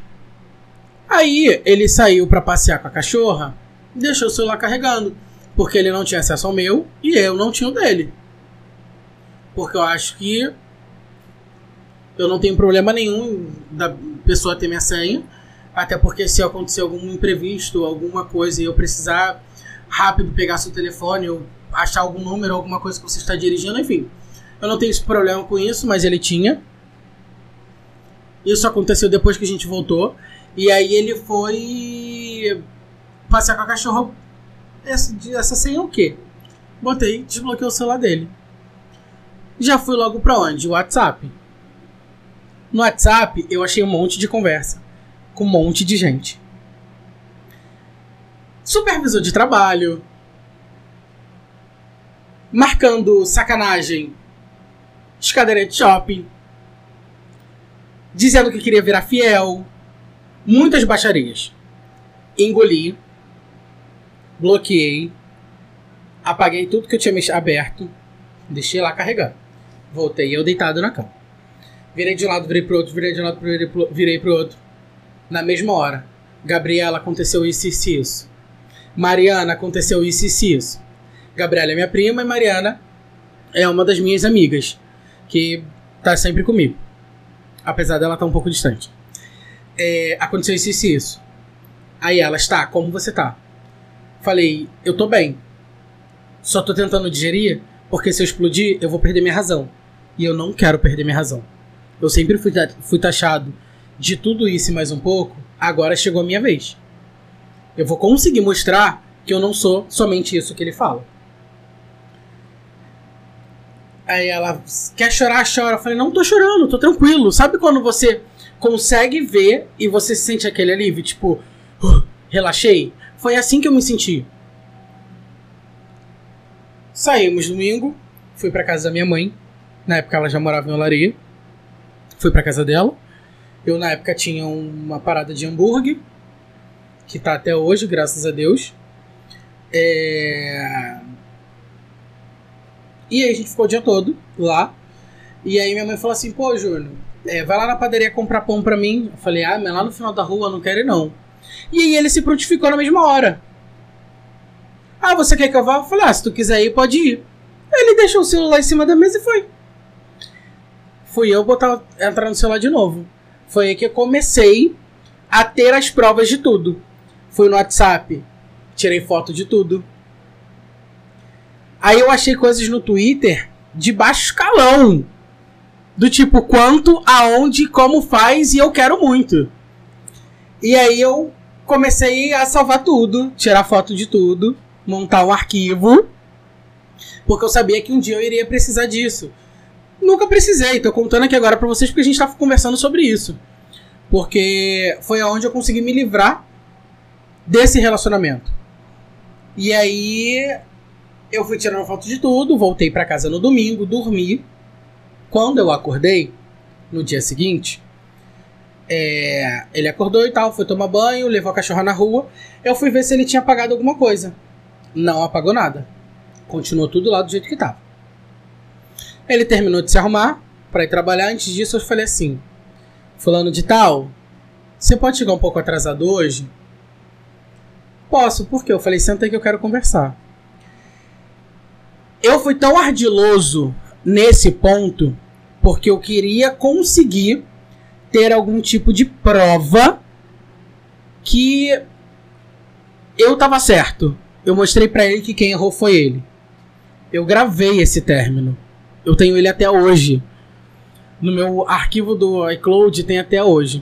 B: Aí ele saiu pra passear com a cachorra, deixou o celular carregando, porque ele não tinha acesso ao meu e eu não tinha o dele. Porque eu acho que eu não tenho problema nenhum da pessoa ter minha senha, até porque se acontecer algum imprevisto, alguma coisa e eu precisar rápido pegar seu telefone ou achar algum número, alguma coisa que você está dirigindo, enfim. Eu não tenho esse problema com isso, mas ele tinha. Isso aconteceu depois que a gente voltou. E aí ele foi passear com a cachorra. Essa, essa senha é o quê? Botei, desbloqueei o celular dele. Já fui logo pra onde? O WhatsApp. No WhatsApp eu achei um monte de conversa com um monte de gente. Supervisor de trabalho, marcando sacanagem, escadaria de shopping, dizendo que queria virar fiel, muitas baixarias. Engoli, bloqueei, apaguei tudo que eu tinha aberto, deixei lá carregando. Voltei eu deitado na cama. Virei de um lado, virei pro outro, virei de um lado, virei pro, virei pro outro. Na mesma hora. Gabriela, aconteceu isso e isso, isso. Mariana, aconteceu isso e isso, isso. Gabriela é minha prima e Mariana é uma das minhas amigas, que tá sempre comigo. Apesar dela estar um pouco distante. É, aconteceu isso e isso, isso. Aí ela está, como você tá? Falei, eu tô bem. Só tô tentando digerir, porque se eu explodir, eu vou perder minha razão. E eu não quero perder minha razão. Eu sempre fui, fui taxado de tudo isso e mais um pouco. Agora chegou a minha vez. Eu vou conseguir mostrar que eu não sou somente isso que ele fala. Aí ela, quer chorar, chora. Eu falei, não tô chorando, tô tranquilo. Sabe quando você consegue ver e você sente aquele alívio? Tipo, uh, relaxei. Foi assim que eu me senti. Saímos domingo. Fui pra casa da minha mãe. Na época ela já morava em Olaria. Fui pra casa dela. Eu na época tinha uma parada de hambúrguer. Que tá até hoje, graças a Deus. É... E aí a gente ficou o dia todo lá. E aí minha mãe falou assim, pô, Júnior, é, vai lá na padaria comprar pão pra mim. Eu falei, ah, mas lá no final da rua eu não quero ir não. E aí ele se prontificou na mesma hora. Ah, você quer que eu vá? Eu falei, ah, se tu quiser ir, pode ir. Ele deixou o celular em cima da mesa e foi. Fui eu botar, entrar no celular de novo. Foi aí que eu comecei a ter as provas de tudo. Fui no WhatsApp, tirei foto de tudo. Aí eu achei coisas no Twitter de baixo escalão. Do tipo, quanto, aonde, como faz, e eu quero muito. E aí eu comecei a salvar tudo, tirar foto de tudo, montar um arquivo, porque eu sabia que um dia eu iria precisar disso. Nunca precisei, tô contando aqui agora pra vocês porque a gente tá conversando sobre isso. Porque foi aonde eu consegui me livrar desse relacionamento. E aí eu fui tirando foto de tudo, voltei pra casa no domingo, dormi. Quando eu acordei, no dia seguinte, é, ele acordou e tal, foi tomar banho, levou a cachorra na rua. Eu fui ver se ele tinha apagado alguma coisa. Não apagou nada. Continuou tudo lá do jeito que tava. Ele terminou de se arrumar pra ir trabalhar. Antes disso eu falei assim, fulano de tal, você pode chegar um pouco atrasado hoje? Posso, por quê? Eu falei, senta aí que eu quero conversar. Eu fui tão ardiloso nesse ponto porque eu queria conseguir ter algum tipo de prova que eu tava certo. Eu mostrei pra ele que quem errou foi ele. Eu gravei esse término. Eu tenho ele até hoje. No meu arquivo do iCloud tem até hoje.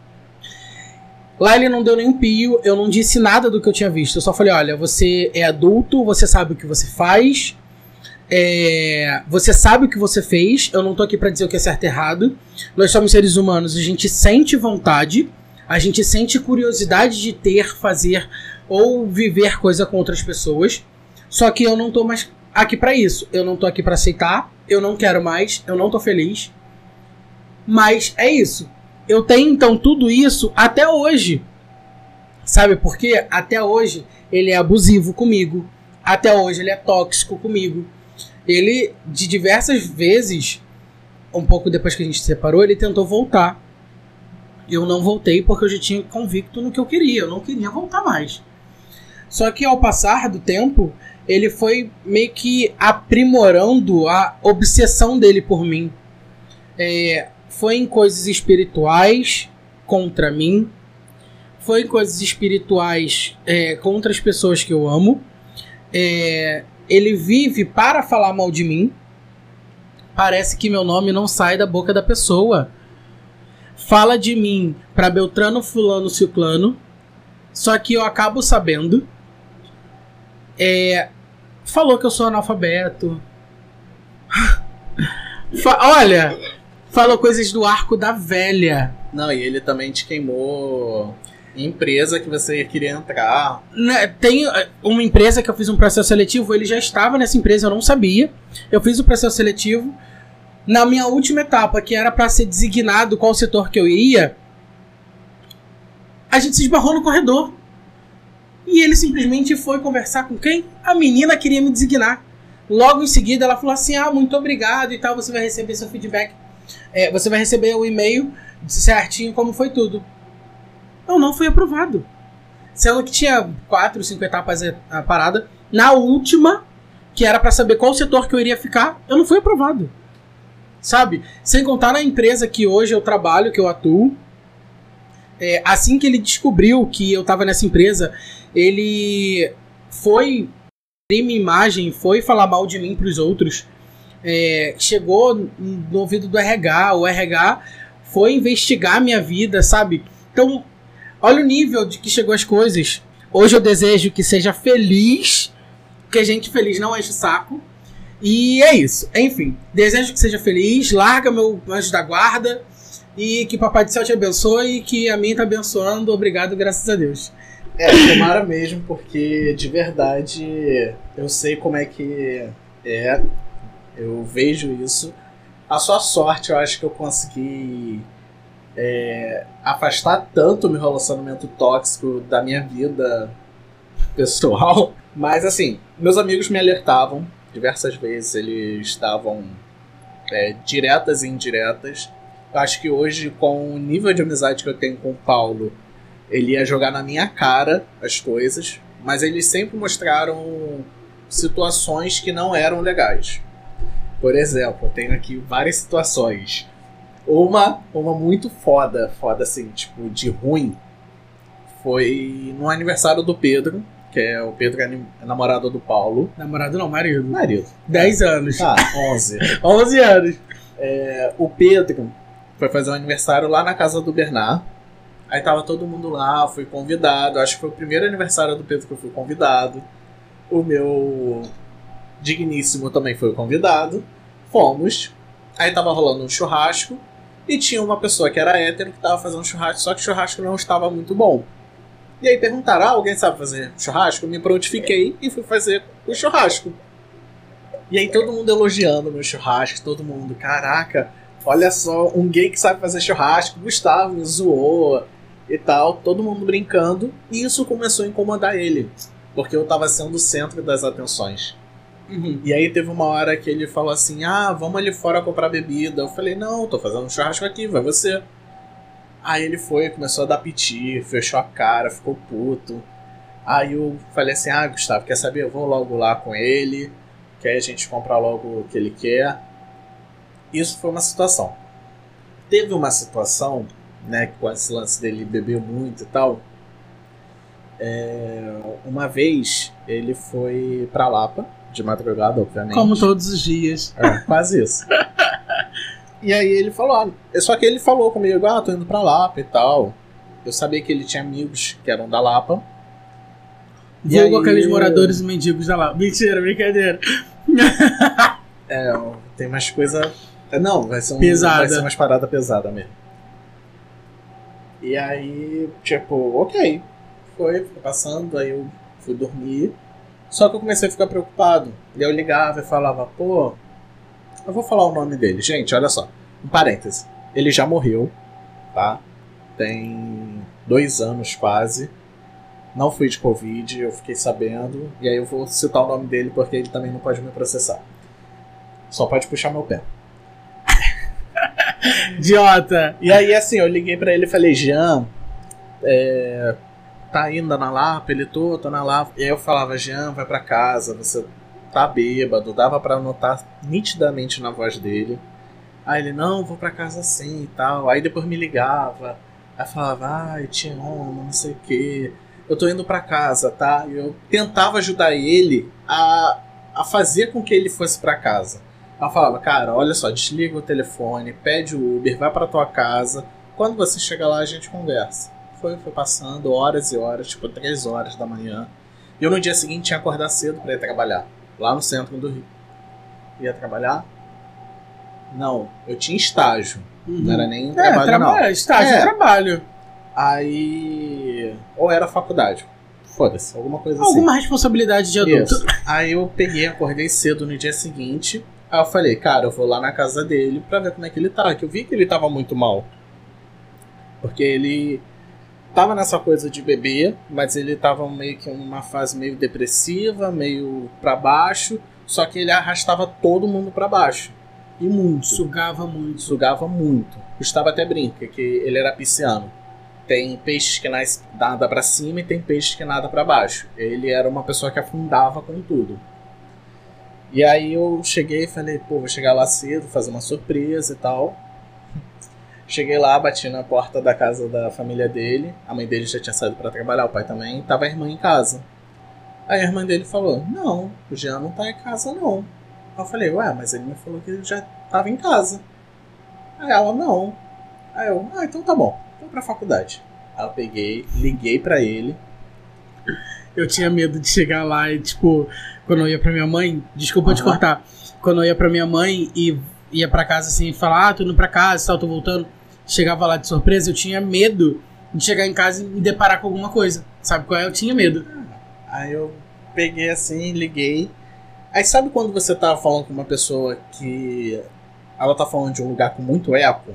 B: Lá ele não deu nenhum pio, eu não disse nada do que eu tinha visto. Eu só falei, olha, você é adulto, você sabe o que você faz, é, você sabe o que você fez, eu não tô aqui pra dizer o que é certo e errado. Nós somos seres humanos, a gente sente vontade, a gente sente curiosidade de ter, fazer ou viver coisa com outras pessoas. Só que eu não tô mais aqui pra isso. Eu não tô aqui pra aceitar, eu não quero mais, eu não tô feliz. Mas é isso. Eu tenho então tudo isso até hoje. Sabe por quê? Até hoje ele é abusivo comigo. Até hoje ele é tóxico comigo. Ele, de diversas vezes, um pouco depois que a gente se separou, ele tentou voltar. Eu não voltei porque eu já tinha convicto no que eu queria. Eu não queria voltar mais. Só que ao passar do tempo, ele foi meio que aprimorando a obsessão dele por mim. É... Foi em coisas espirituais contra mim. Foi em coisas espirituais é, contra as pessoas que eu amo. É, ele vive para falar mal de mim. Parece que meu nome não sai da boca da pessoa. Fala de mim para Beltrano, Fulano, Ciclano. Só que eu acabo sabendo. É, falou que eu sou analfabeto. Olha... Falou coisas do arco da velha.
A: Não, e ele também te queimou empresa que você queria entrar.
B: Tem uma empresa que eu fiz um processo seletivo, ele já estava nessa empresa, eu não sabia. Eu fiz o processo seletivo. Na minha última etapa, que era para ser designado qual setor que eu iria, a gente se esbarrou no corredor. E ele simplesmente foi conversar com quem? A menina queria me designar. Logo em seguida ela falou assim, ah, muito obrigado e tal, você vai receber seu feedback. É, você vai receber o e-mail certinho como foi tudo. Eu não fui aprovado. Sendo que tinha quatro, cinco etapas a parada. Na última, que era pra saber qual setor que eu iria ficar, eu não fui aprovado. Sabe? Sem contar na empresa que hoje eu trabalho, que eu atuo. É, assim que ele descobriu que eu tava nessa empresa, ele foi ter minha imagem, foi falar mal de mim pros outros, é, chegou no ouvido do R H, o R H foi investigar minha vida, sabe? Então, olha o nível de que chegou as coisas. Hoje eu desejo que seja feliz, porque gente feliz não enche o saco. E é isso. Enfim, desejo que seja feliz, larga meu anjo da guarda e que Papai do Céu te abençoe e que a mim tá abençoando. Obrigado, graças a Deus.
A: É, tomara mesmo, porque de verdade eu sei como é que é, eu vejo isso. A sua sorte, eu acho que eu consegui é, afastar tanto o meu relacionamento tóxico da minha vida pessoal. Mas assim, meus amigos me alertavam diversas vezes, eles estavam é, diretas e indiretas. Eu acho que hoje, com o nível de amizade que eu tenho com o Paulo, ele ia jogar na minha cara as coisas, mas eles sempre mostraram situações que não eram legais. Por exemplo, eu tenho aqui várias situações. Uma, uma muito foda, foda assim, tipo, de ruim, foi no aniversário do Pedro, que é o Pedro é namorado do Paulo.
B: Namorado não, marido.
A: Marido.
B: dez anos.
A: Tá, onze.
B: onze anos.
A: É, o Pedro foi fazer um aniversário lá na casa do Bernard. Aí tava todo mundo lá, fui convidado. Acho que foi o primeiro aniversário do Pedro que eu fui convidado. O meu digníssimo também foi convidado. Fomos. Aí tava rolando um churrasco. E tinha uma pessoa que era hétero que tava fazendo churrasco, só que o churrasco não estava muito bom. E aí perguntaram, ah, alguém sabe fazer churrasco? Eu me prontifiquei e fui fazer o churrasco. E aí todo mundo elogiando o meu churrasco, todo mundo, caraca, olha só, um gay que sabe fazer churrasco, Gustavo me zoou e tal, todo mundo brincando. E isso começou a incomodar ele, porque eu tava sendo o centro das atenções. Uhum. E aí teve uma hora que ele falou assim, ah, vamos ali fora comprar bebida. Eu falei, não, tô fazendo um churrasco aqui, vai você. Aí ele foi, começou a dar piti, fechou a cara, ficou puto. Aí eu falei assim, ah, Gustavo, quer saber? Eu vou logo lá com ele, que aí a gente compra logo o que ele quer. Isso foi uma situação. Teve uma situação, né, com esse lance dele beber muito e tal. É, uma vez ele foi pra Lapa, de madrugada, obviamente.
B: Como todos os dias.
A: É, quase isso. E aí ele falou, ah, só que ele falou comigo, ah, tô indo pra Lapa e tal. Eu sabia que ele tinha amigos que eram da Lapa.
B: Vulgo aqueles moradores e mendigos da Lapa. Mentira, brincadeira.
A: É, tem umas coisas... Não, vai ser, um,
B: Pesada.
A: vai ser umas paradas pesadas mesmo. E aí, tipo, ok. Foi, foi passando, aí eu fui dormir. Só que eu comecei a ficar preocupado. E eu ligava e falava, pô... Eu vou falar o nome dele. Gente, olha só. Um parêntese. Ele já morreu, tá? Tem dois anos quase. Não fui de Covid, eu fiquei sabendo. E aí eu vou citar o nome dele porque ele também não pode me processar. Só pode puxar meu pé.
B: Idiota!
A: E aí, assim, eu liguei pra ele e falei, Jean, é, tá ainda na Lapa? Ele, tô, tô na Lapa. E aí eu falava, Jean, vai pra casa, você tá bêbado. Dava pra notar nitidamente na voz dele. Aí ele, não, vou pra casa sim e tal. Aí depois me ligava. Aí falava, ai, te amo, não sei o quê. Eu tô indo pra casa, tá? E eu tentava ajudar ele a, a fazer com que ele fosse pra casa. Ela falava, cara, olha só, desliga o telefone, pede o Uber, vai pra tua casa. Quando você chega lá, a gente conversa. Foi, foi passando horas e horas, tipo três horas da manhã. E eu no dia seguinte tinha que acordar cedo pra ir trabalhar, lá no centro do Rio. Ia trabalhar? Não, eu tinha estágio. Uhum. Não era nem
B: é,
A: trabalho,
B: traba-
A: não.
B: Estágio,
A: é.
B: trabalho.
A: Aí... Ou era faculdade. Foda-se, alguma coisa
B: Alguma
A: assim.
B: Alguma responsabilidade de adulto.
A: Isso. Aí eu peguei, acordei cedo no dia seguinte. Aí eu falei, cara, eu vou lá na casa dele pra ver como é que ele tá. Que eu vi que ele tava muito mal. Porque ele tava nessa coisa de beber, mas ele tava meio que numa fase meio depressiva, meio pra baixo. Só que ele arrastava todo mundo pra baixo. E muito.
B: Sugava muito.
A: Sugava muito. Gustavo até brinca que ele era pisciano. Tem peixes que nada pra cima e tem peixes que nada pra baixo. Ele era uma pessoa que afundava com tudo. E aí eu cheguei e falei, pô, vou chegar lá cedo, fazer uma surpresa e tal. Cheguei lá, bati na porta da casa da família dele. A mãe dele já tinha saído pra trabalhar, o pai também. Tava a irmã em casa. Aí a irmã dele falou, não, o Jean não tá em casa não. Aí eu falei, ué, mas ele me falou que ele já tava em casa. Aí ela, não. Aí eu, ah, então tá bom, vou pra faculdade. Aí eu peguei, liguei pra ele.
B: Eu tinha medo de chegar lá e, tipo, quando eu ia pra minha mãe, desculpa uhum. te cortar, quando eu ia pra minha mãe e ia pra casa assim, e falar, ah, tô indo pra casa e tal, tô voltando, chegava lá de surpresa, eu tinha medo de chegar em casa e me deparar com alguma coisa, sabe qual é? Eu tinha medo.
A: Aí eu peguei assim, liguei. Aí sabe quando você tá falando com uma pessoa que ela tá falando de um lugar com muito eco?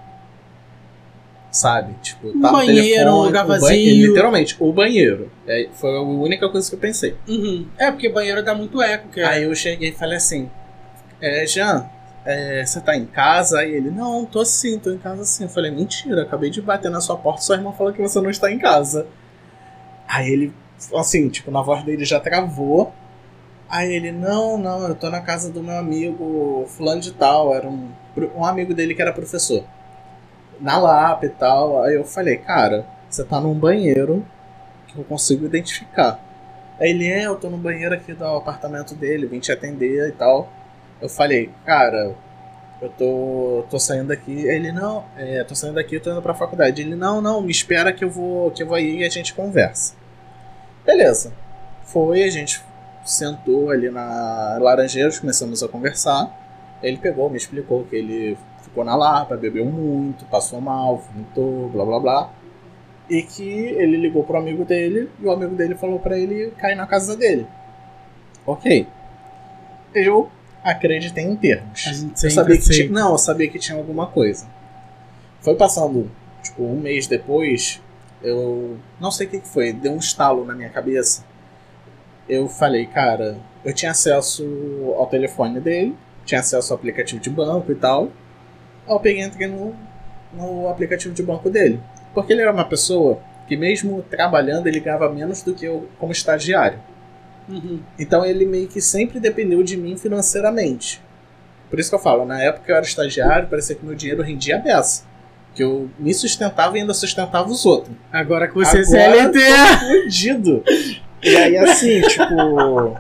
A: Sabe? Tipo, tá
B: um banheiro, telefone, um lugar vazio.
A: Banheiro, literalmente, o banheiro. É, foi a única coisa que eu pensei.
B: Uhum. É, porque banheiro dá muito eco. Que é...
A: Aí eu cheguei e falei assim, é, Jean, é, você tá em casa? Aí ele, não, tô sim, tô em casa sim. Eu falei, mentira, acabei de bater na sua porta, sua irmã falou que você não está em casa. Aí ele, assim, tipo, na voz dele já travou. Aí ele, não, não, eu tô na casa do meu amigo fulano de tal. Era um, um amigo dele que era professor. Na Lapa e tal. Aí eu falei, cara, você tá num banheiro que eu consigo identificar. Aí ele, é, eu tô no banheiro aqui do apartamento dele, vim te atender e tal. Eu falei, cara, eu tô, tô saindo daqui. Ele, não, é, tô saindo daqui, tô indo pra faculdade. Ele, não, não, me espera que eu vou, que eu vou aí e a gente conversa. Beleza. Foi, a gente sentou ali na Laranjeiras, começamos a conversar. Ele pegou, me explicou que ele ficou na Lapa, bebeu muito, passou mal, vomitou, blá blá blá. E que ele ligou pro amigo dele e o amigo dele falou pra ele cair na casa dele. Ok. Eu acreditei em termos.
B: A gente
A: eu sabia que tinha, não, eu sabia que tinha alguma coisa. Foi passando, tipo, um mês depois, eu não sei o que foi, deu um estalo na minha cabeça. Eu falei, cara, eu tinha acesso ao telefone dele, tinha acesso ao aplicativo de banco e tal. Eu peguei e entrei no, no aplicativo de banco dele. Porque ele era uma pessoa que mesmo trabalhando, ele ganhava menos do que eu como estagiário.
B: Uhum.
A: Então ele meio que sempre dependeu de mim financeiramente. Por isso que eu falo, na época que eu era estagiário, parecia que meu dinheiro rendia a beça. Que eu me sustentava e ainda sustentava os outros.
B: Agora que você
A: Agora
B: é C L T!
A: Eu tô fudido. E aí assim, tipo...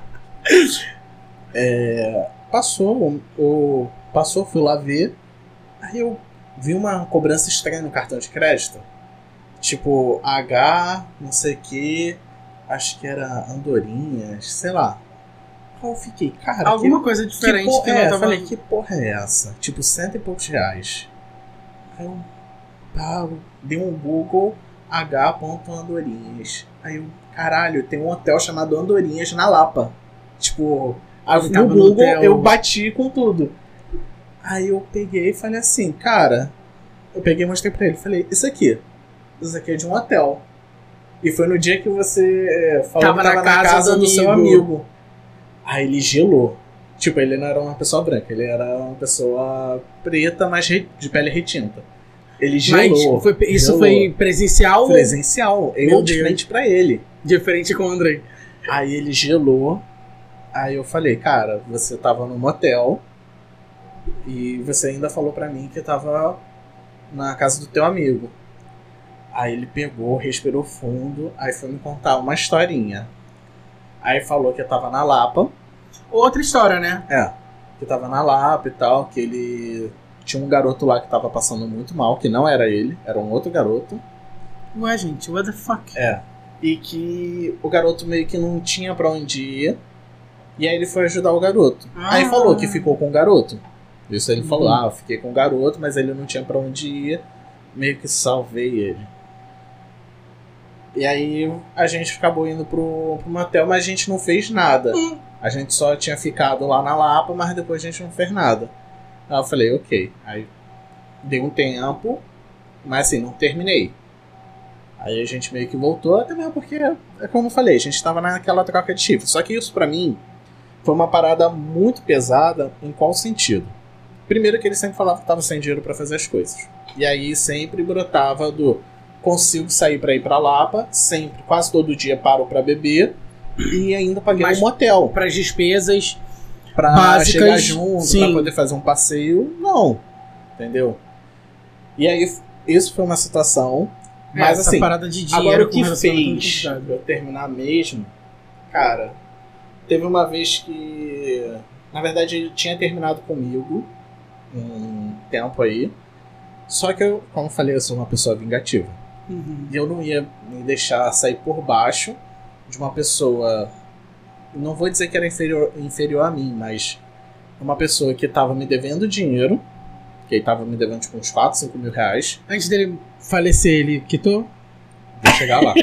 A: É, passou, o, passou, fui lá ver. Aí eu vi uma cobrança estranha no cartão de crédito. Tipo, H, não sei o que, acho que era Andorinhas, sei lá. Aí eu fiquei, cara...
B: Alguma
A: que,
B: coisa diferente.
A: Que porra
B: que
A: é?
B: não
A: Eu
B: tava...
A: falei, que porra é essa? Tipo, cento e poucos reais. Aí eu, pá, dei um Google, H. Andorinhas. Aí eu, caralho, tem um hotel chamado Andorinhas na Lapa. Tipo, aí no Google no eu bati com tudo. Aí eu peguei e falei assim, cara... Eu peguei e mostrei pra ele, falei, isso aqui... Isso aqui é de um hotel. E foi no dia que você falou
B: tava
A: que tava
B: na casa,
A: na casa
B: do,
A: do
B: amigo.
A: seu amigo. Aí ele gelou. Tipo, ele não era uma pessoa branca, ele era uma pessoa preta, mas de pele retinta. Ele gelou.
B: Mas foi, isso
A: gelou.
B: foi presencial?
A: Presencial. Eu de frente pra ele.
B: De frente com o Andrei.
A: Aí ele gelou. Aí eu falei, cara, você tava no motel e você ainda falou pra mim que tava na casa do teu amigo. Aí ele pegou, respirou fundo, aí foi me contar uma historinha. Aí falou que eu tava na Lapa.
B: Outra história, né?
A: É, que tava na Lapa e tal, que ele... Tinha um garoto lá que tava passando muito mal, que não era ele, era um outro garoto.
B: Ué, gente, what the fuck?
A: É, e que o garoto meio que não tinha pra onde ir, e aí ele foi ajudar o garoto.
B: Ah.
A: Aí falou que ficou com o garoto. Isso ele falou,
B: Uhum.
A: ah, eu fiquei com o garoto, mas ele não tinha pra onde ir, meio que salvei ele. E aí a gente acabou indo pro, pro motel, mas a gente não fez nada.
B: Hum.
A: A gente só tinha ficado lá na Lapa, mas depois a gente não fez nada. Aí eu falei, ok. Aí dei um tempo, mas assim, não terminei. Aí a gente meio que voltou, até mesmo porque, é como eu falei, a gente tava naquela troca de chifre. Só que isso pra mim foi uma parada muito pesada. Em qual sentido? Primeiro que ele sempre falava que tava sem dinheiro pra fazer as coisas. E aí sempre brotava do... Consigo sair pra ir pra Lapa, sempre, quase todo dia paro pra beber. E ainda paguei
B: Mas
A: um motel.
B: Para as despesas
A: Pra
B: básicas,
A: chegar junto,
B: sim.
A: pra poder fazer um passeio, não. Entendeu? E aí, isso foi uma situação. Mas
B: essa
A: assim,
B: parada de dinheiro
A: agora o
B: com
A: que
B: relacionamento
A: fez
B: complicado.
A: eu terminar mesmo, Cara, teve uma vez que, na verdade, ele tinha terminado comigo um tempo aí. Só que eu, como eu falei, eu sou uma pessoa vingativa.
B: Uhum.
A: E eu não ia me deixar sair por baixo de uma pessoa... Não vou dizer que era inferior, inferior a mim, mas uma pessoa que tava me devendo dinheiro. Que ele tava me devendo tipo uns quatro, cinco mil reais.
B: Antes dele falecer, ele quitou?
A: Vou chegar lá.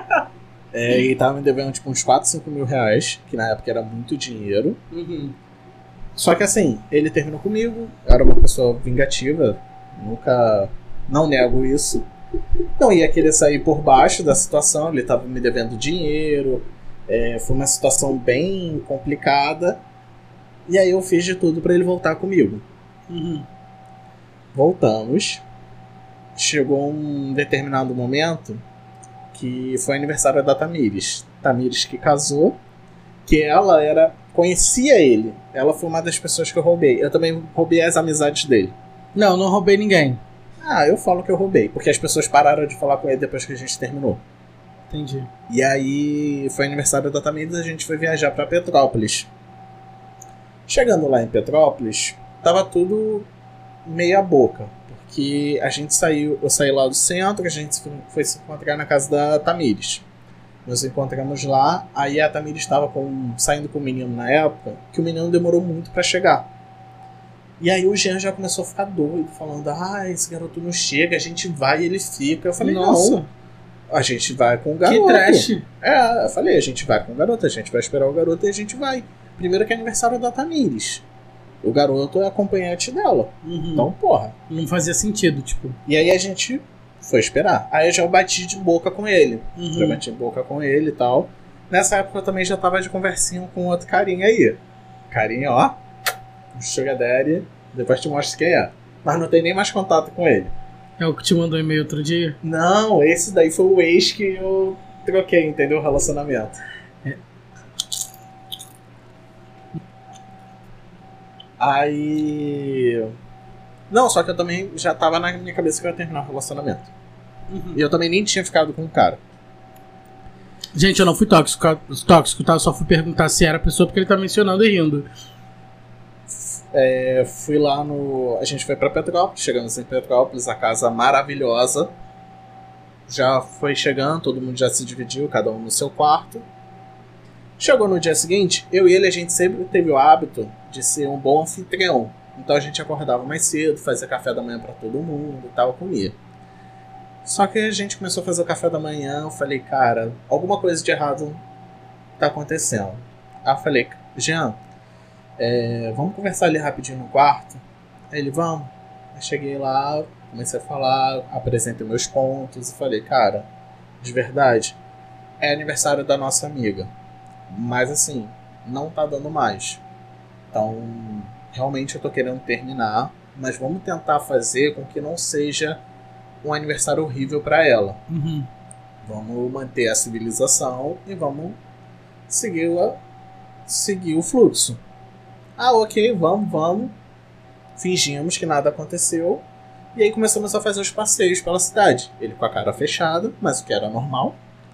A: É, ele tava me devendo tipo uns quatro, cinco mil reais, que na época era muito dinheiro.
B: Uhum.
A: Só que assim, ele terminou comigo, era uma pessoa vingativa, nunca, não nego isso. Não ia querer sair por baixo da situação, ele tava me devendo dinheiro, é, foi uma situação bem complicada. E aí eu fiz de tudo pra ele voltar comigo.
B: Uhum.
A: Voltamos. Chegou um determinado momento que foi aniversário da Tamires. Tamires que casou, que ela era conhecia ele. Ela foi uma das pessoas que eu roubei. Eu também roubei as amizades dele.
B: Não, não roubei ninguém.
A: Ah, eu falo que eu roubei, porque as pessoas pararam de falar com ele depois que a gente terminou.
B: Entendi.
A: E aí foi aniversário da Tamires, a gente foi viajar pra Petrópolis. Chegando lá em Petrópolis, tava tudo meia boca. Que a gente saiu, eu saí lá do centro, a gente foi se encontrar na casa da Tamires. Nos encontramos lá, aí a Tamires estava com, saindo com o menino na época, que o menino demorou muito pra chegar. E aí o Jean já começou a ficar doido, falando, ah, esse garoto não chega, a gente vai e ele fica. Eu falei,
B: nossa,
A: não, a gente vai com o garoto.
B: Que trash.
A: É, eu falei, a gente vai com o garoto, a gente vai esperar o garoto e a gente vai. Primeiro que é aniversário da Tamires. O garoto é acompanhante dela.
B: Uhum.
A: Então, porra.
B: Não fazia sentido, tipo.
A: E aí a gente foi esperar. Aí eu já bati de boca com ele.
B: Uhum.
A: Já bati de boca com ele e tal. Nessa época eu também já tava de conversinha com outro carinha aí. Carinha, ó. Sugar Daddy. Depois te mostro quem é. Mas não tem nem mais contato com ele.
B: É o que te mandou e-mail outro dia?
A: Não, esse daí foi o ex que eu troquei, entendeu? O relacionamento.
B: É.
A: Aí... Não, só que eu também já tava na minha cabeça que eu ia terminar o relacionamento.
B: Uhum.
A: E eu também nem tinha ficado com o cara.
B: Gente, eu não fui tóxico, tóxico, tá? Eu só fui perguntar se era a pessoa porque ele tá mencionando e rindo.
A: É, fui lá no... A gente foi pra Petrópolis, chegamos em Petrópolis, a casa maravilhosa. Já foi chegando, todo mundo já se dividiu, cada um no seu quarto. Chegou no dia seguinte, eu e ele, a gente sempre teve o hábito de ser um bom anfitrião. Então a gente acordava mais cedo, fazia café da manhã pra todo mundo e tal, comia. Só que a gente começou a fazer o café da manhã, eu falei, cara, alguma coisa de errado tá acontecendo. Aí eu falei, Jean, é, vamos conversar ali rapidinho no quarto? Aí ele, vamos. Eu cheguei lá, comecei a falar, apresentei meus pontos e falei, cara, de verdade, é aniversário da nossa amiga. Mas assim, não tá dando mais. Então, realmente eu tô querendo terminar, mas vamos tentar fazer com que não seja um aniversário horrível pra ela.
B: Uhum.
A: Vamos manter a civilização e vamos seguir, a, seguir o fluxo. Ah, ok, vamos, vamos. Fingimos que nada aconteceu. E aí começamos a fazer os passeios pela cidade. Ele com a cara fechada, mas o que era normal.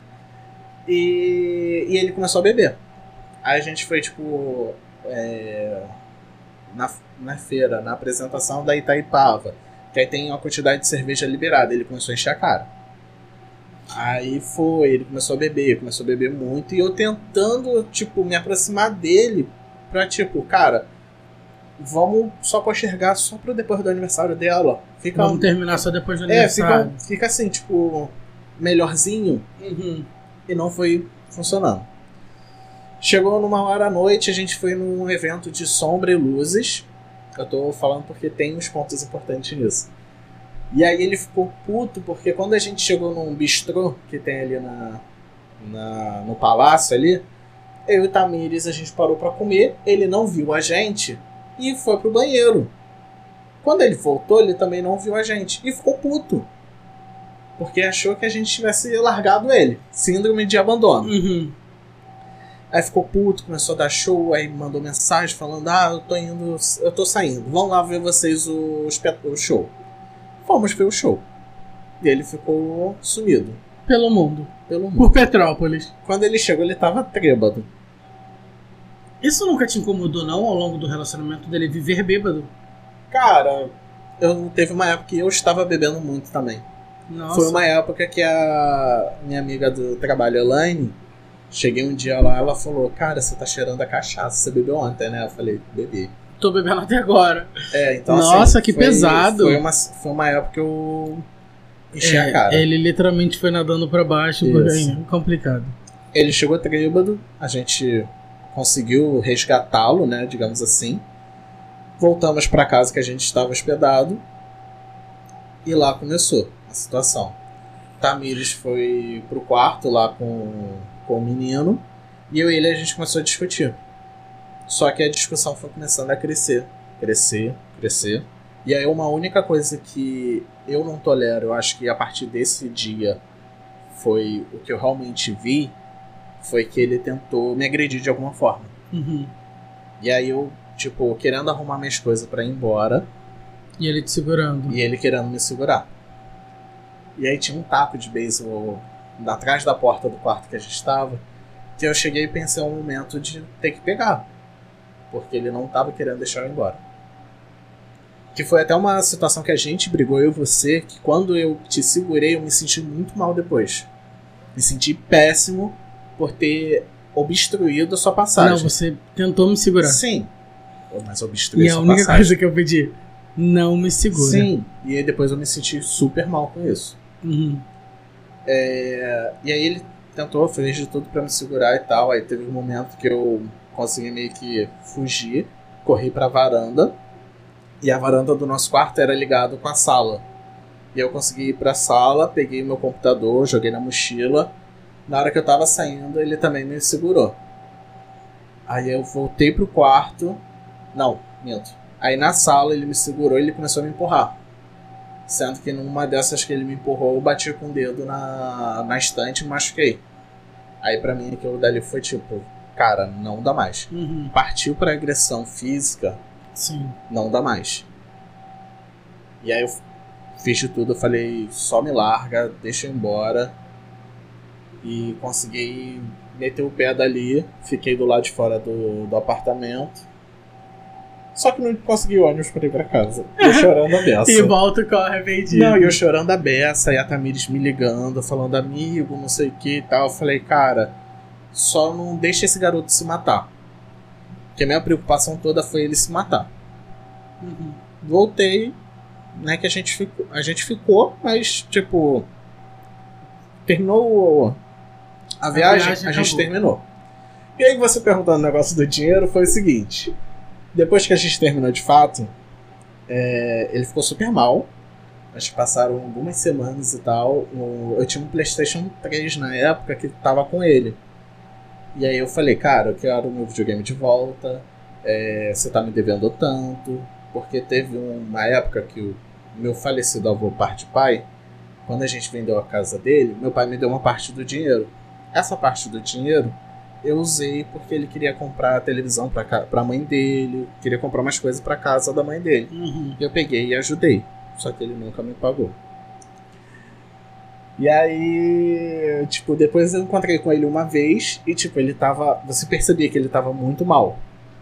A: E, e ele começou a beber. Aí a gente foi, tipo, é, na, na feira, na apresentação da Itaipava, que aí tem uma quantidade de cerveja liberada. Ele começou a encher a cara. Aí foi, ele começou a beber, começou a beber muito. E eu tentando, tipo, me aproximar dele pra, tipo, cara, vamos só postergar só pra depois do aniversário dela. Fica,
B: Vamos terminar só depois do
A: é,
B: aniversário.
A: fica, fica assim, tipo, melhorzinho.
B: Uhum.
A: E não foi funcionando. Chegou numa hora à noite, a gente foi num evento de sombra e luzes. Eu tô falando porque tem uns pontos importantes nisso. E aí ele ficou puto, porque quando a gente chegou num bistrô que tem ali na, na, no palácio ali, eu e Tamires, a gente parou pra comer, ele não viu a gente e foi pro banheiro. Quando ele voltou, ele também não viu a gente e ficou puto. Porque achou que a gente tivesse largado ele. Síndrome de abandono.
B: Uhum.
A: Aí ficou puto, começou a dar show, aí mandou mensagem falando, ah, eu tô indo, eu tô saindo, vão lá ver vocês o, o show. Fomos ver o show. E ele ficou sumido.
B: Pelo mundo.
A: Pelo mundo.
B: Por Petrópolis.
A: Quando ele chegou, ele tava trêbado.
B: Isso nunca te incomodou, não, ao longo do relacionamento dele viver bêbado?
A: Cara, eu teve uma época que eu estava bebendo muito também.
B: Nossa.
A: Foi uma época que a minha amiga do trabalho, Elaine, cheguei um dia lá, ela falou, cara, você tá cheirando a cachaça, você bebeu ontem, né? Eu falei, bebi.
B: Tô bebendo até agora.
A: É, então
B: Nossa,
A: assim,
B: que
A: foi,
B: pesado.
A: Foi uma, foi uma época que eu enchi
B: É,
A: a cara.
B: ele literalmente foi nadando pra baixo, porque é complicado.
A: Ele chegou trêbado, a gente conseguiu resgatá-lo, né, digamos assim. Voltamos pra casa que a gente estava hospedado. E lá começou a situação. Tamires foi pro quarto lá com, com o menino. E eu e ele a gente começou a discutir. Só que a discussão foi começando a crescer. Crescer, crescer. E aí uma única coisa que eu não tolero, eu acho que a partir desse dia foi o que eu realmente vi, foi que ele tentou me agredir de alguma forma.
B: Uhum.
A: E aí eu, tipo, querendo arrumar minhas coisas pra ir embora.
B: E ele te segurando.
A: E ele querendo me segurar. E aí tinha um taco de beisebol atrás da porta do quarto que a gente estava, que eu cheguei e pensei um momento de ter que pegar. Porque ele não tava querendo deixar eu ir embora. Que foi até uma situação que a gente brigou, eu e você, que quando eu te segurei, eu me senti muito mal depois. Me senti péssimo por ter obstruído a sua passagem.
B: Não, você tentou me segurar.
A: Sim. Mas obstruí
B: E
A: a
B: a
A: sua
B: única
A: passagem.
B: coisa que eu pedi, não me segura.
A: Sim. E aí depois eu me senti super mal com isso.
B: Uhum.
A: É... E aí ele tentou, fez de tudo pra me segurar e tal. Aí teve um momento que eu consegui meio que fugir, corri pra varanda. E a varanda do nosso quarto era ligado com a sala. E eu consegui ir pra sala, peguei meu computador, joguei na mochila. Na hora que eu tava saindo, ele também me segurou. Aí eu voltei pro quarto. Não, minto. Aí na sala ele me segurou e ele começou a me empurrar. Sendo que numa dessas que ele me empurrou, eu bati com o dedo na, na estante e me machuquei. Aí pra mim aquilo dali foi tipo, cara, não dá mais.
B: Uhum.
A: Partiu pra agressão física.
B: Sim.
A: Não dá mais. E aí eu fiz de tudo, eu falei, só me larga, deixa eu ir embora. E consegui meter o pé dali, fiquei do lado de fora do, do apartamento. Só que não consegui ônibus pra ir pra casa. Eu chorando a beça.
B: E volta e corre arrependido.
A: Não, e eu chorando a beça, e a Tamires me ligando, falando amigo, não sei o que e tal. Eu falei, cara, só não deixa esse garoto se matar. Porque a minha preocupação toda foi ele se matar.
B: Uhum.
A: Voltei, né, que a gente ficou, a gente ficou, mas tipo, terminou a viagem, a, viagem a gente terminou. E aí você perguntando o negócio do dinheiro, foi o seguinte, depois que a gente terminou de fato, é, ele ficou super mal, acho que passaram algumas semanas e tal, eu tinha um PlayStation três na época que tava com ele. E aí eu falei, cara, eu quero o meu videogame de volta, é, você tá me devendo tanto, porque teve uma época que o meu falecido avô, parte pai, quando a gente vendeu a casa dele, meu pai me deu uma parte do dinheiro. Essa parte do dinheiro eu usei porque ele queria comprar a televisão pra, pra mãe dele, queria comprar umas coisas pra casa da mãe dele.
B: Uhum.
A: Eu peguei e ajudei, só que ele nunca me pagou. E aí, tipo, depois eu encontrei com ele uma vez e, tipo, ele tava... Você percebia que ele tava muito mal.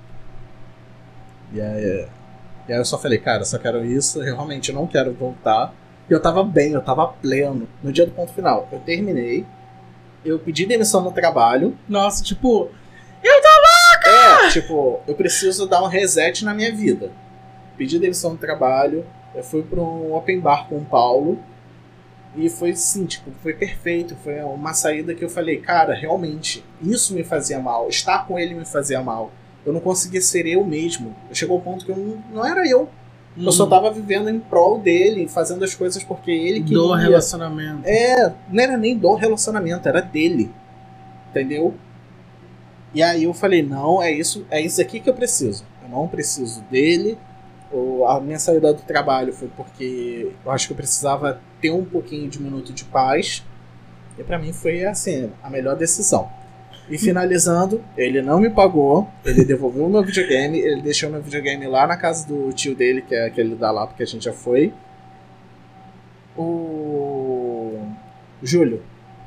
A: E aí, e aí eu só falei, cara, só quero isso, eu realmente não quero voltar. E eu tava bem, eu tava pleno. No dia do ponto final, eu terminei, eu pedi demissão no trabalho.
B: Nossa, tipo... Eu tô louca!
A: É, tipo, eu preciso dar um reset na minha vida. Pedi demissão no trabalho, eu fui pra um open bar com o Paulo. E foi assim, tipo, foi perfeito. Foi uma saída que eu falei, cara, realmente, isso me fazia mal. Estar com ele me fazia mal. Eu não conseguia ser eu mesmo. Chegou ao ponto que eu não, não era eu. Hum. Eu só tava vivendo em prol dele, fazendo as coisas porque ele queria.
B: Do relacionamento.
A: É, não era nem do relacionamento, era dele. Entendeu? E aí eu falei, não, é isso, é isso aqui que eu preciso. Eu não preciso dele. A minha saída do trabalho foi porque eu acho que eu precisava ter um pouquinho de minuto de paz. E pra mim foi, assim, a melhor decisão. E finalizando, ele não me pagou, ele devolveu o meu videogame, ele deixou meu videogame lá na casa do tio dele, que é aquele da lá, porque a gente já foi. O Júlio,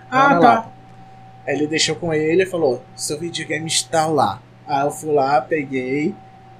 B: Ah,
A: na
B: tá.
A: Lapa. Aí ele deixou com ele e falou, seu videogame está lá. Aí eu fui lá, peguei.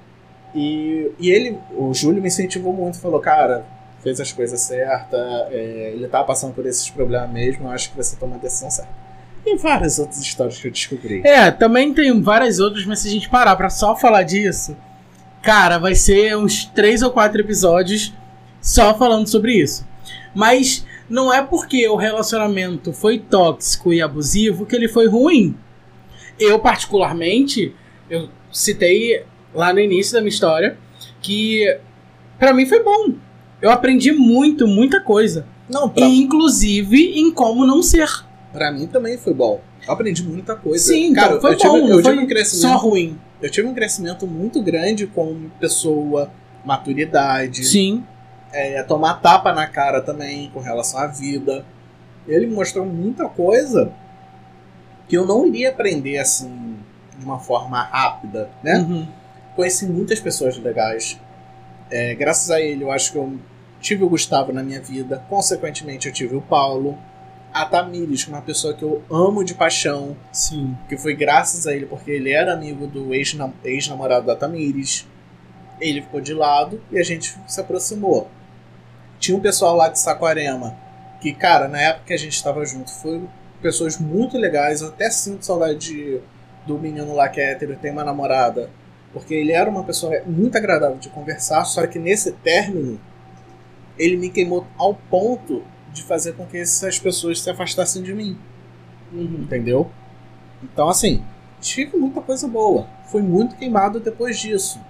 A: E, e ele, o Júlio me incentivou muito, falou, cara, fez as coisas certas, é, ele tá passando por esses problemas mesmo, eu acho que você toma a decisão certa. E várias outras histórias que eu descobri.
B: É, também tem várias outras, mas se a gente parar pra só falar disso, cara, vai ser uns três ou quatro episódios só falando sobre isso. Mas não é porque o relacionamento foi tóxico e abusivo que ele foi ruim. Eu, particularmente, eu citei lá no início da minha história que pra mim foi bom. Eu aprendi muito, muita coisa.
A: Não, pra,
B: Inclusive em como não ser.
A: pra mim também foi bom. Eu aprendi muita coisa.
B: Sim,
A: cara,
B: então, foi
A: eu
B: bom,
A: tive,
B: não
A: eu
B: foi
A: tive um crescimento,
B: só ruim.
A: Eu tive um crescimento muito grande como pessoa, maturidade.
B: Sim.
A: É, tomar tapa na cara também com relação à vida. Ele me mostrou muita coisa que eu não iria aprender assim de uma forma rápida, né?
B: Uhum.
A: Conheci muitas pessoas legais. É, graças a ele, eu acho que eu tive o Gustavo na minha vida. Consequentemente, eu tive o Paulo. A Tamires, uma pessoa que eu amo de paixão.
B: Sim.
A: Que foi graças a ele, porque ele era amigo do ex-nam- ex-namorado da Tamires. Ele ficou de lado e a gente se aproximou. Tinha um pessoal lá de Saquarema que, cara, na época que a gente estava junto, foram pessoas muito legais. Eu até sinto saudade de, do menino lá que é hétero, tem uma namorada. Porque ele era uma pessoa muito agradável de conversar, só que nesse término, ele me queimou ao ponto de fazer com que essas pessoas se afastassem de mim.
B: Uhum.
A: Entendeu? Então, assim, tive muita coisa boa. Fui muito queimado depois disso.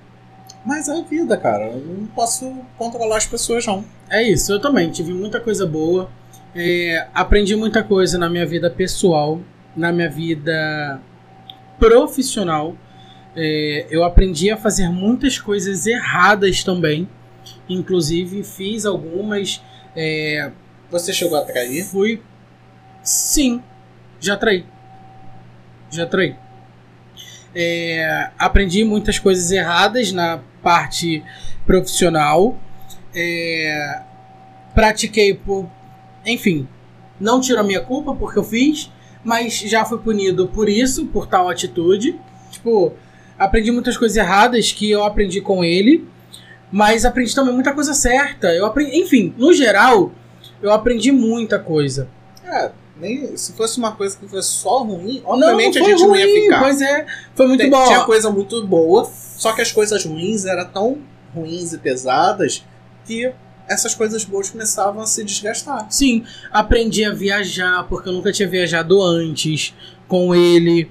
A: Mas é a vida, cara. Eu não posso controlar as pessoas, não.
B: É isso, eu também tive muita coisa boa. É, aprendi muita coisa na minha vida pessoal, na minha vida profissional. É, eu aprendi a fazer muitas coisas erradas também. Inclusive, fiz algumas. É,
A: Você chegou a trair?
B: Fui. Sim, já traí. Já traí. É, aprendi muitas coisas erradas na parte profissional. É, pratiquei por. Enfim, não tiro a minha culpa porque eu fiz, mas já fui punido por isso, por tal atitude. Tipo, aprendi muitas coisas erradas que eu aprendi com ele, mas aprendi também muita coisa certa. Eu aprendi, enfim, no geral, eu aprendi muita coisa.
A: É, nem, se fosse uma coisa que fosse só ruim, obviamente
B: não,
A: a gente
B: ruim,
A: não ia ficar.
B: Pois é, foi muito
A: Tem,
B: bom.
A: Tinha coisa muito boa, só que as coisas ruins eram tão ruins e pesadas que essas coisas boas começavam a se desgastar.
B: Sim, aprendi a viajar, porque eu nunca tinha viajado antes com ele.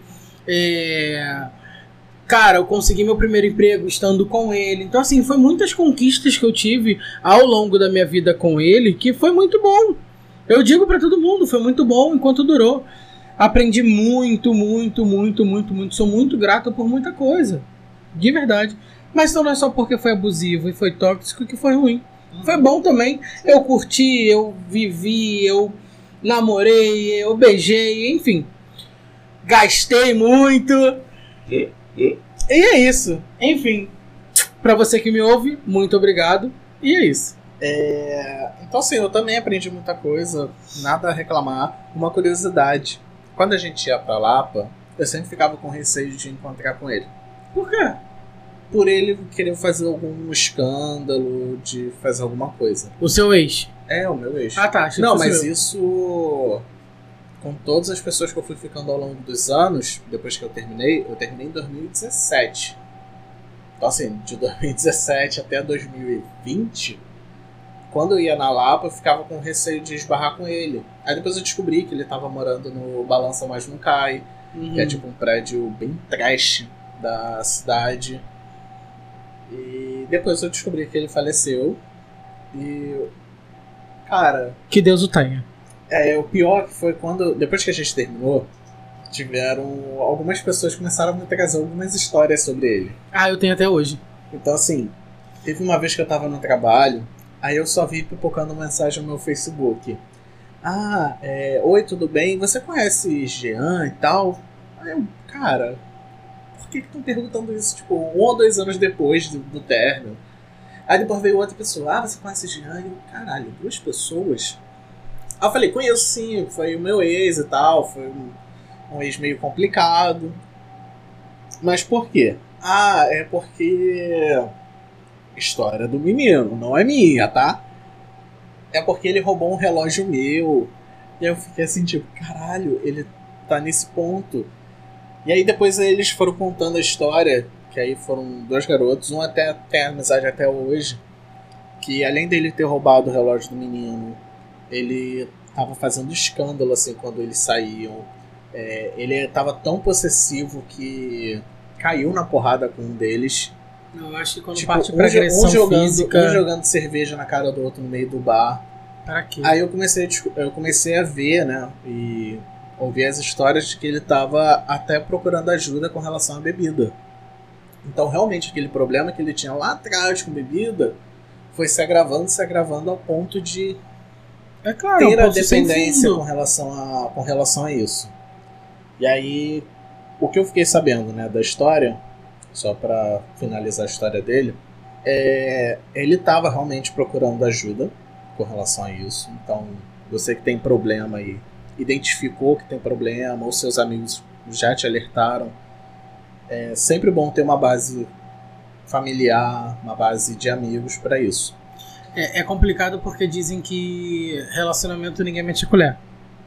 B: É... Cara, eu consegui meu primeiro emprego estando com ele. Então, assim, foi muitas conquistas que eu tive ao longo da minha vida com ele, que foi muito bom. Eu digo pra todo mundo, foi muito bom enquanto durou. Aprendi muito, muito, muito, muito, muito. Sou muito grato por muita coisa. De verdade. Mas então não é só porque foi abusivo e foi tóxico que foi ruim. Foi bom também. Eu curti, eu vivi, eu namorei, eu beijei, enfim. Gastei muito. E é isso. Enfim. Pra você que me ouve, muito obrigado. E é isso.
A: É, então, assim, eu também aprendi muita coisa, nada a reclamar. Uma curiosidade: quando a gente ia pra Lapa, eu sempre ficava com receio de encontrar com ele.
B: Por quê?
A: Por ele querer fazer algum escândalo, de fazer alguma coisa.
B: O seu ex?
A: É, o meu ex.
B: Ah, tá. achei
A: Não,
B: que fosse
A: mas
B: meu.
A: isso, com todas as pessoas que eu fui ficando ao longo dos anos, depois que eu terminei, eu terminei em dois mil e dezessete. Então, assim, de dois mil e dezessete até dois mil e vinte, quando eu ia na Lapa, eu ficava com receio de esbarrar com ele. Aí depois eu descobri que ele tava morando no Balança Mas Não Cai,
B: Uhum.
A: que é tipo um prédio bem trash da cidade. E depois eu descobri que ele faleceu. E, cara,
B: Que Deus o tenha.
A: é, o pior que foi quando, depois que a gente terminou, tiveram algumas pessoas que começaram a me trazer algumas histórias sobre ele.
B: Ah, eu tenho até hoje.
A: Então, assim, teve uma vez que eu tava no trabalho, aí eu só vi pipocando mensagem no meu Facebook. Ah, é, oi, tudo bem? Você conhece Jean e tal? Aí eu, cara, por que que estão perguntando isso, tipo, um ou dois anos depois do, do término? Aí depois veio outra pessoa, ah, você conhece Jean? E eu, caralho, duas pessoas? Aí eu falei, conheço sim, foi o meu ex e tal, foi um, um ex meio complicado. Mas por quê? Ah, é porque... História do menino, não é minha, tá? É porque ele roubou um relógio meu. E aí eu fiquei assim, tipo, caralho, ele tá nesse ponto. E aí depois eles foram contando a história, que aí foram dois garotos, um até tem amizade até hoje, que além dele ter roubado o relógio do menino, ele tava fazendo escândalo, assim, quando eles saíam. É, ele tava tão possessivo que caiu na porrada com um deles.
B: Eu acho que quando
A: Tipo,
B: parte pra
A: um,
B: agressão
A: um jogando,
B: física...
A: um jogando cerveja na cara do outro no meio do bar.
B: Pra quê?
A: Aí eu comecei, a, eu comecei a ver, né, e ouvir as histórias de que ele tava até procurando ajuda com relação à bebida. Então realmente aquele problema que ele tinha lá atrás com bebida foi se agravando, se agravando ao ponto de
B: é claro,
A: ter
B: um
A: a dependência
B: com
A: com relação, a, com relação a isso. E aí, o que eu fiquei sabendo, né, da história, só pra finalizar a história dele, é, ele tava realmente procurando ajuda com relação a isso. Então, você que tem problema e identificou que tem problema, ou seus amigos já te alertaram, é sempre bom ter uma base familiar, uma base de amigos para isso.
B: É, é complicado porque dizem que relacionamento ninguém mete a colher.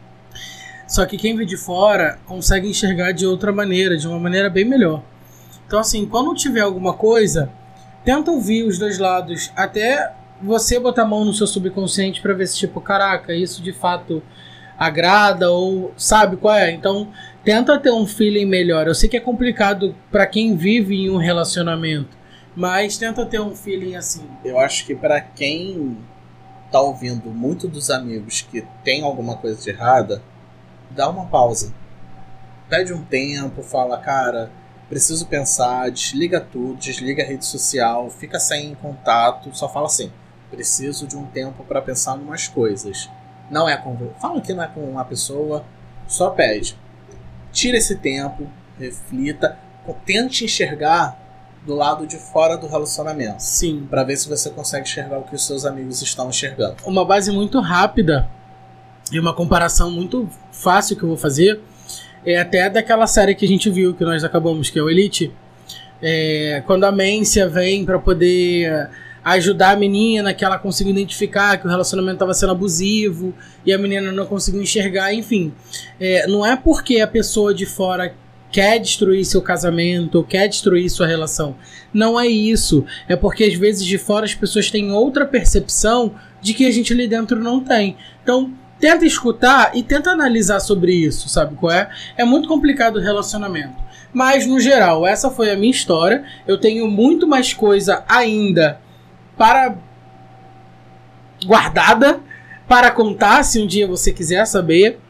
B: Só que quem vê de fora consegue enxergar de outra maneira, de uma maneira bem melhor. Então assim, quando tiver alguma coisa, tenta ouvir os dois lados, até você botar a mão no seu subconsciente para ver se tipo, caraca, isso de fato agrada ou sabe qual é. Então tenta ter um feeling melhor. Eu sei que é complicado para quem vive em um relacionamento, mas tenta ter um feeling assim.
A: Eu acho que para quem tá ouvindo muito dos amigos que tem alguma coisa de errada, dá uma pausa. Pede um tempo, fala, cara, preciso pensar, desliga tudo, desliga a rede social, fica sem contato, só fala assim, preciso de um tempo para pensar em umas coisas. Não é com... Fala que não é com uma pessoa, só pede. Tira esse tempo, reflita, tente enxergar do lado de fora do relacionamento.
B: Sim.
A: Pra ver se você consegue enxergar o que os seus amigos estão enxergando.
B: Uma base muito rápida e uma comparação muito fácil que eu vou fazer é até daquela série que a gente viu, que nós acabamos, que é o Elite. É, quando a Mância vem pra poder ajudar a menina, que ela conseguiu identificar que o relacionamento estava sendo abusivo e a menina não conseguiu enxergar, enfim. É, não é porque a pessoa de fora quer destruir seu casamento, quer destruir sua relação. Não é isso. É porque às vezes de fora as pessoas têm outra percepção de que a gente ali dentro não tem. Então, tenta escutar e tenta analisar sobre isso, sabe qual é? É muito complicado o relacionamento. Mas, no geral, essa foi a minha história. Eu tenho muito mais coisa ainda para guardada, para contar, se um dia você quiser saber.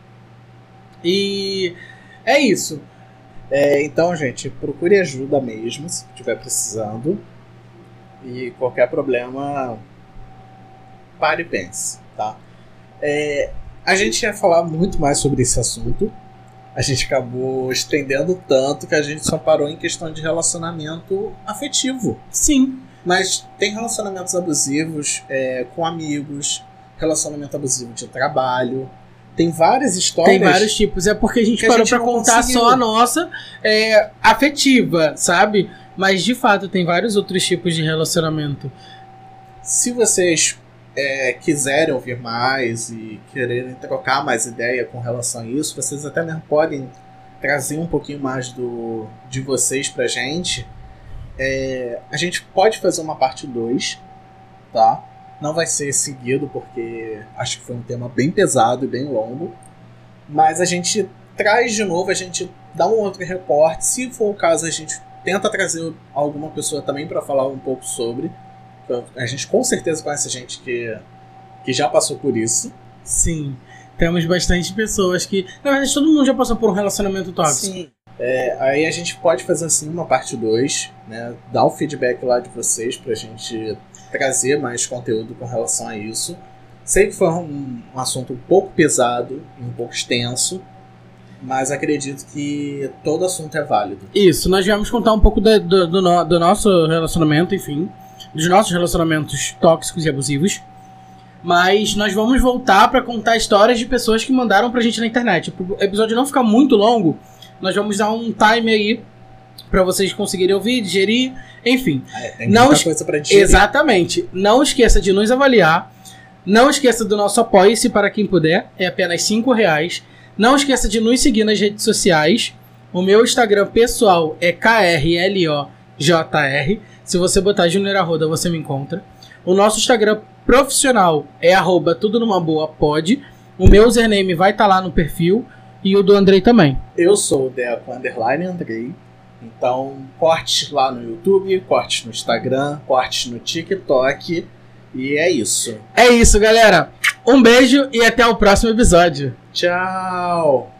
B: E é isso.
A: É, então, gente, procure ajuda mesmo, se estiver precisando. E qualquer problema, pare e pense, tá? É, a gente ia falar muito mais sobre esse assunto. A gente acabou estendendo tanto que a gente só parou em questão de relacionamento afetivo.
B: Sim.
A: Mas tem relacionamentos abusivos é, com amigos, relacionamento abusivo de trabalho. Tem várias histórias.
B: Tem vários tipos. É porque a gente parou a gente pra contar conseguiu. Só a nossa é, afetiva, sabe? Mas de fato tem vários outros tipos de relacionamento.
A: Se vocês é, quiserem ouvir mais e quererem trocar mais ideia com relação a isso, vocês até mesmo podem trazer um pouquinho mais do, de vocês pra gente. É, a gente pode fazer uma parte dois, tá? Não vai ser seguido porque acho que foi um tema bem pesado e bem longo. Mas a gente traz de novo, a gente dá um outro recorte. Se for o caso, a gente tenta trazer alguma pessoa também para falar um pouco sobre. A gente com certeza conhece gente que, que já passou por isso.
B: Sim, temos bastante pessoas que... Na verdade, todo mundo já passou por um relacionamento tóxico.
A: Sim. É, aí a gente pode fazer assim uma parte dois, né? Dar o feedback lá de vocês pra gente trazer mais conteúdo com relação a isso. Sei que foi um, um assunto um pouco pesado e um pouco extenso, mas acredito que todo assunto é válido.
B: Isso, nós viemos contar um pouco do, do, do, no, do nosso relacionamento, enfim, dos nossos relacionamentos tóxicos e abusivos. Mas nós vamos voltar para contar histórias de pessoas que mandaram pra gente na internet. Para o episódio não ficar muito longo, nós vamos dar um time aí para vocês conseguirem ouvir, digerir, enfim.
A: É, tem muita
B: não
A: coisa pra digerir.
B: Exatamente. Não esqueça de nos avaliar. Não esqueça do nosso apoie-se para quem puder. É apenas cinco reais. Não esqueça de nos seguir nas redes sociais. O meu Instagram pessoal é K R L O J R. Se você botar Junior Arruda, você me encontra. O nosso Instagram profissional é arroba tudo numa boa pod. O meu username vai estar lá no perfil. E o do Andrei também.
A: Eu sou o Deco Underline Andrei. Então, cortes lá no YouTube, cortes no Instagram, cortes no TikTok. E é isso.
B: É isso, galera. Um beijo e até o próximo episódio.
A: Tchau!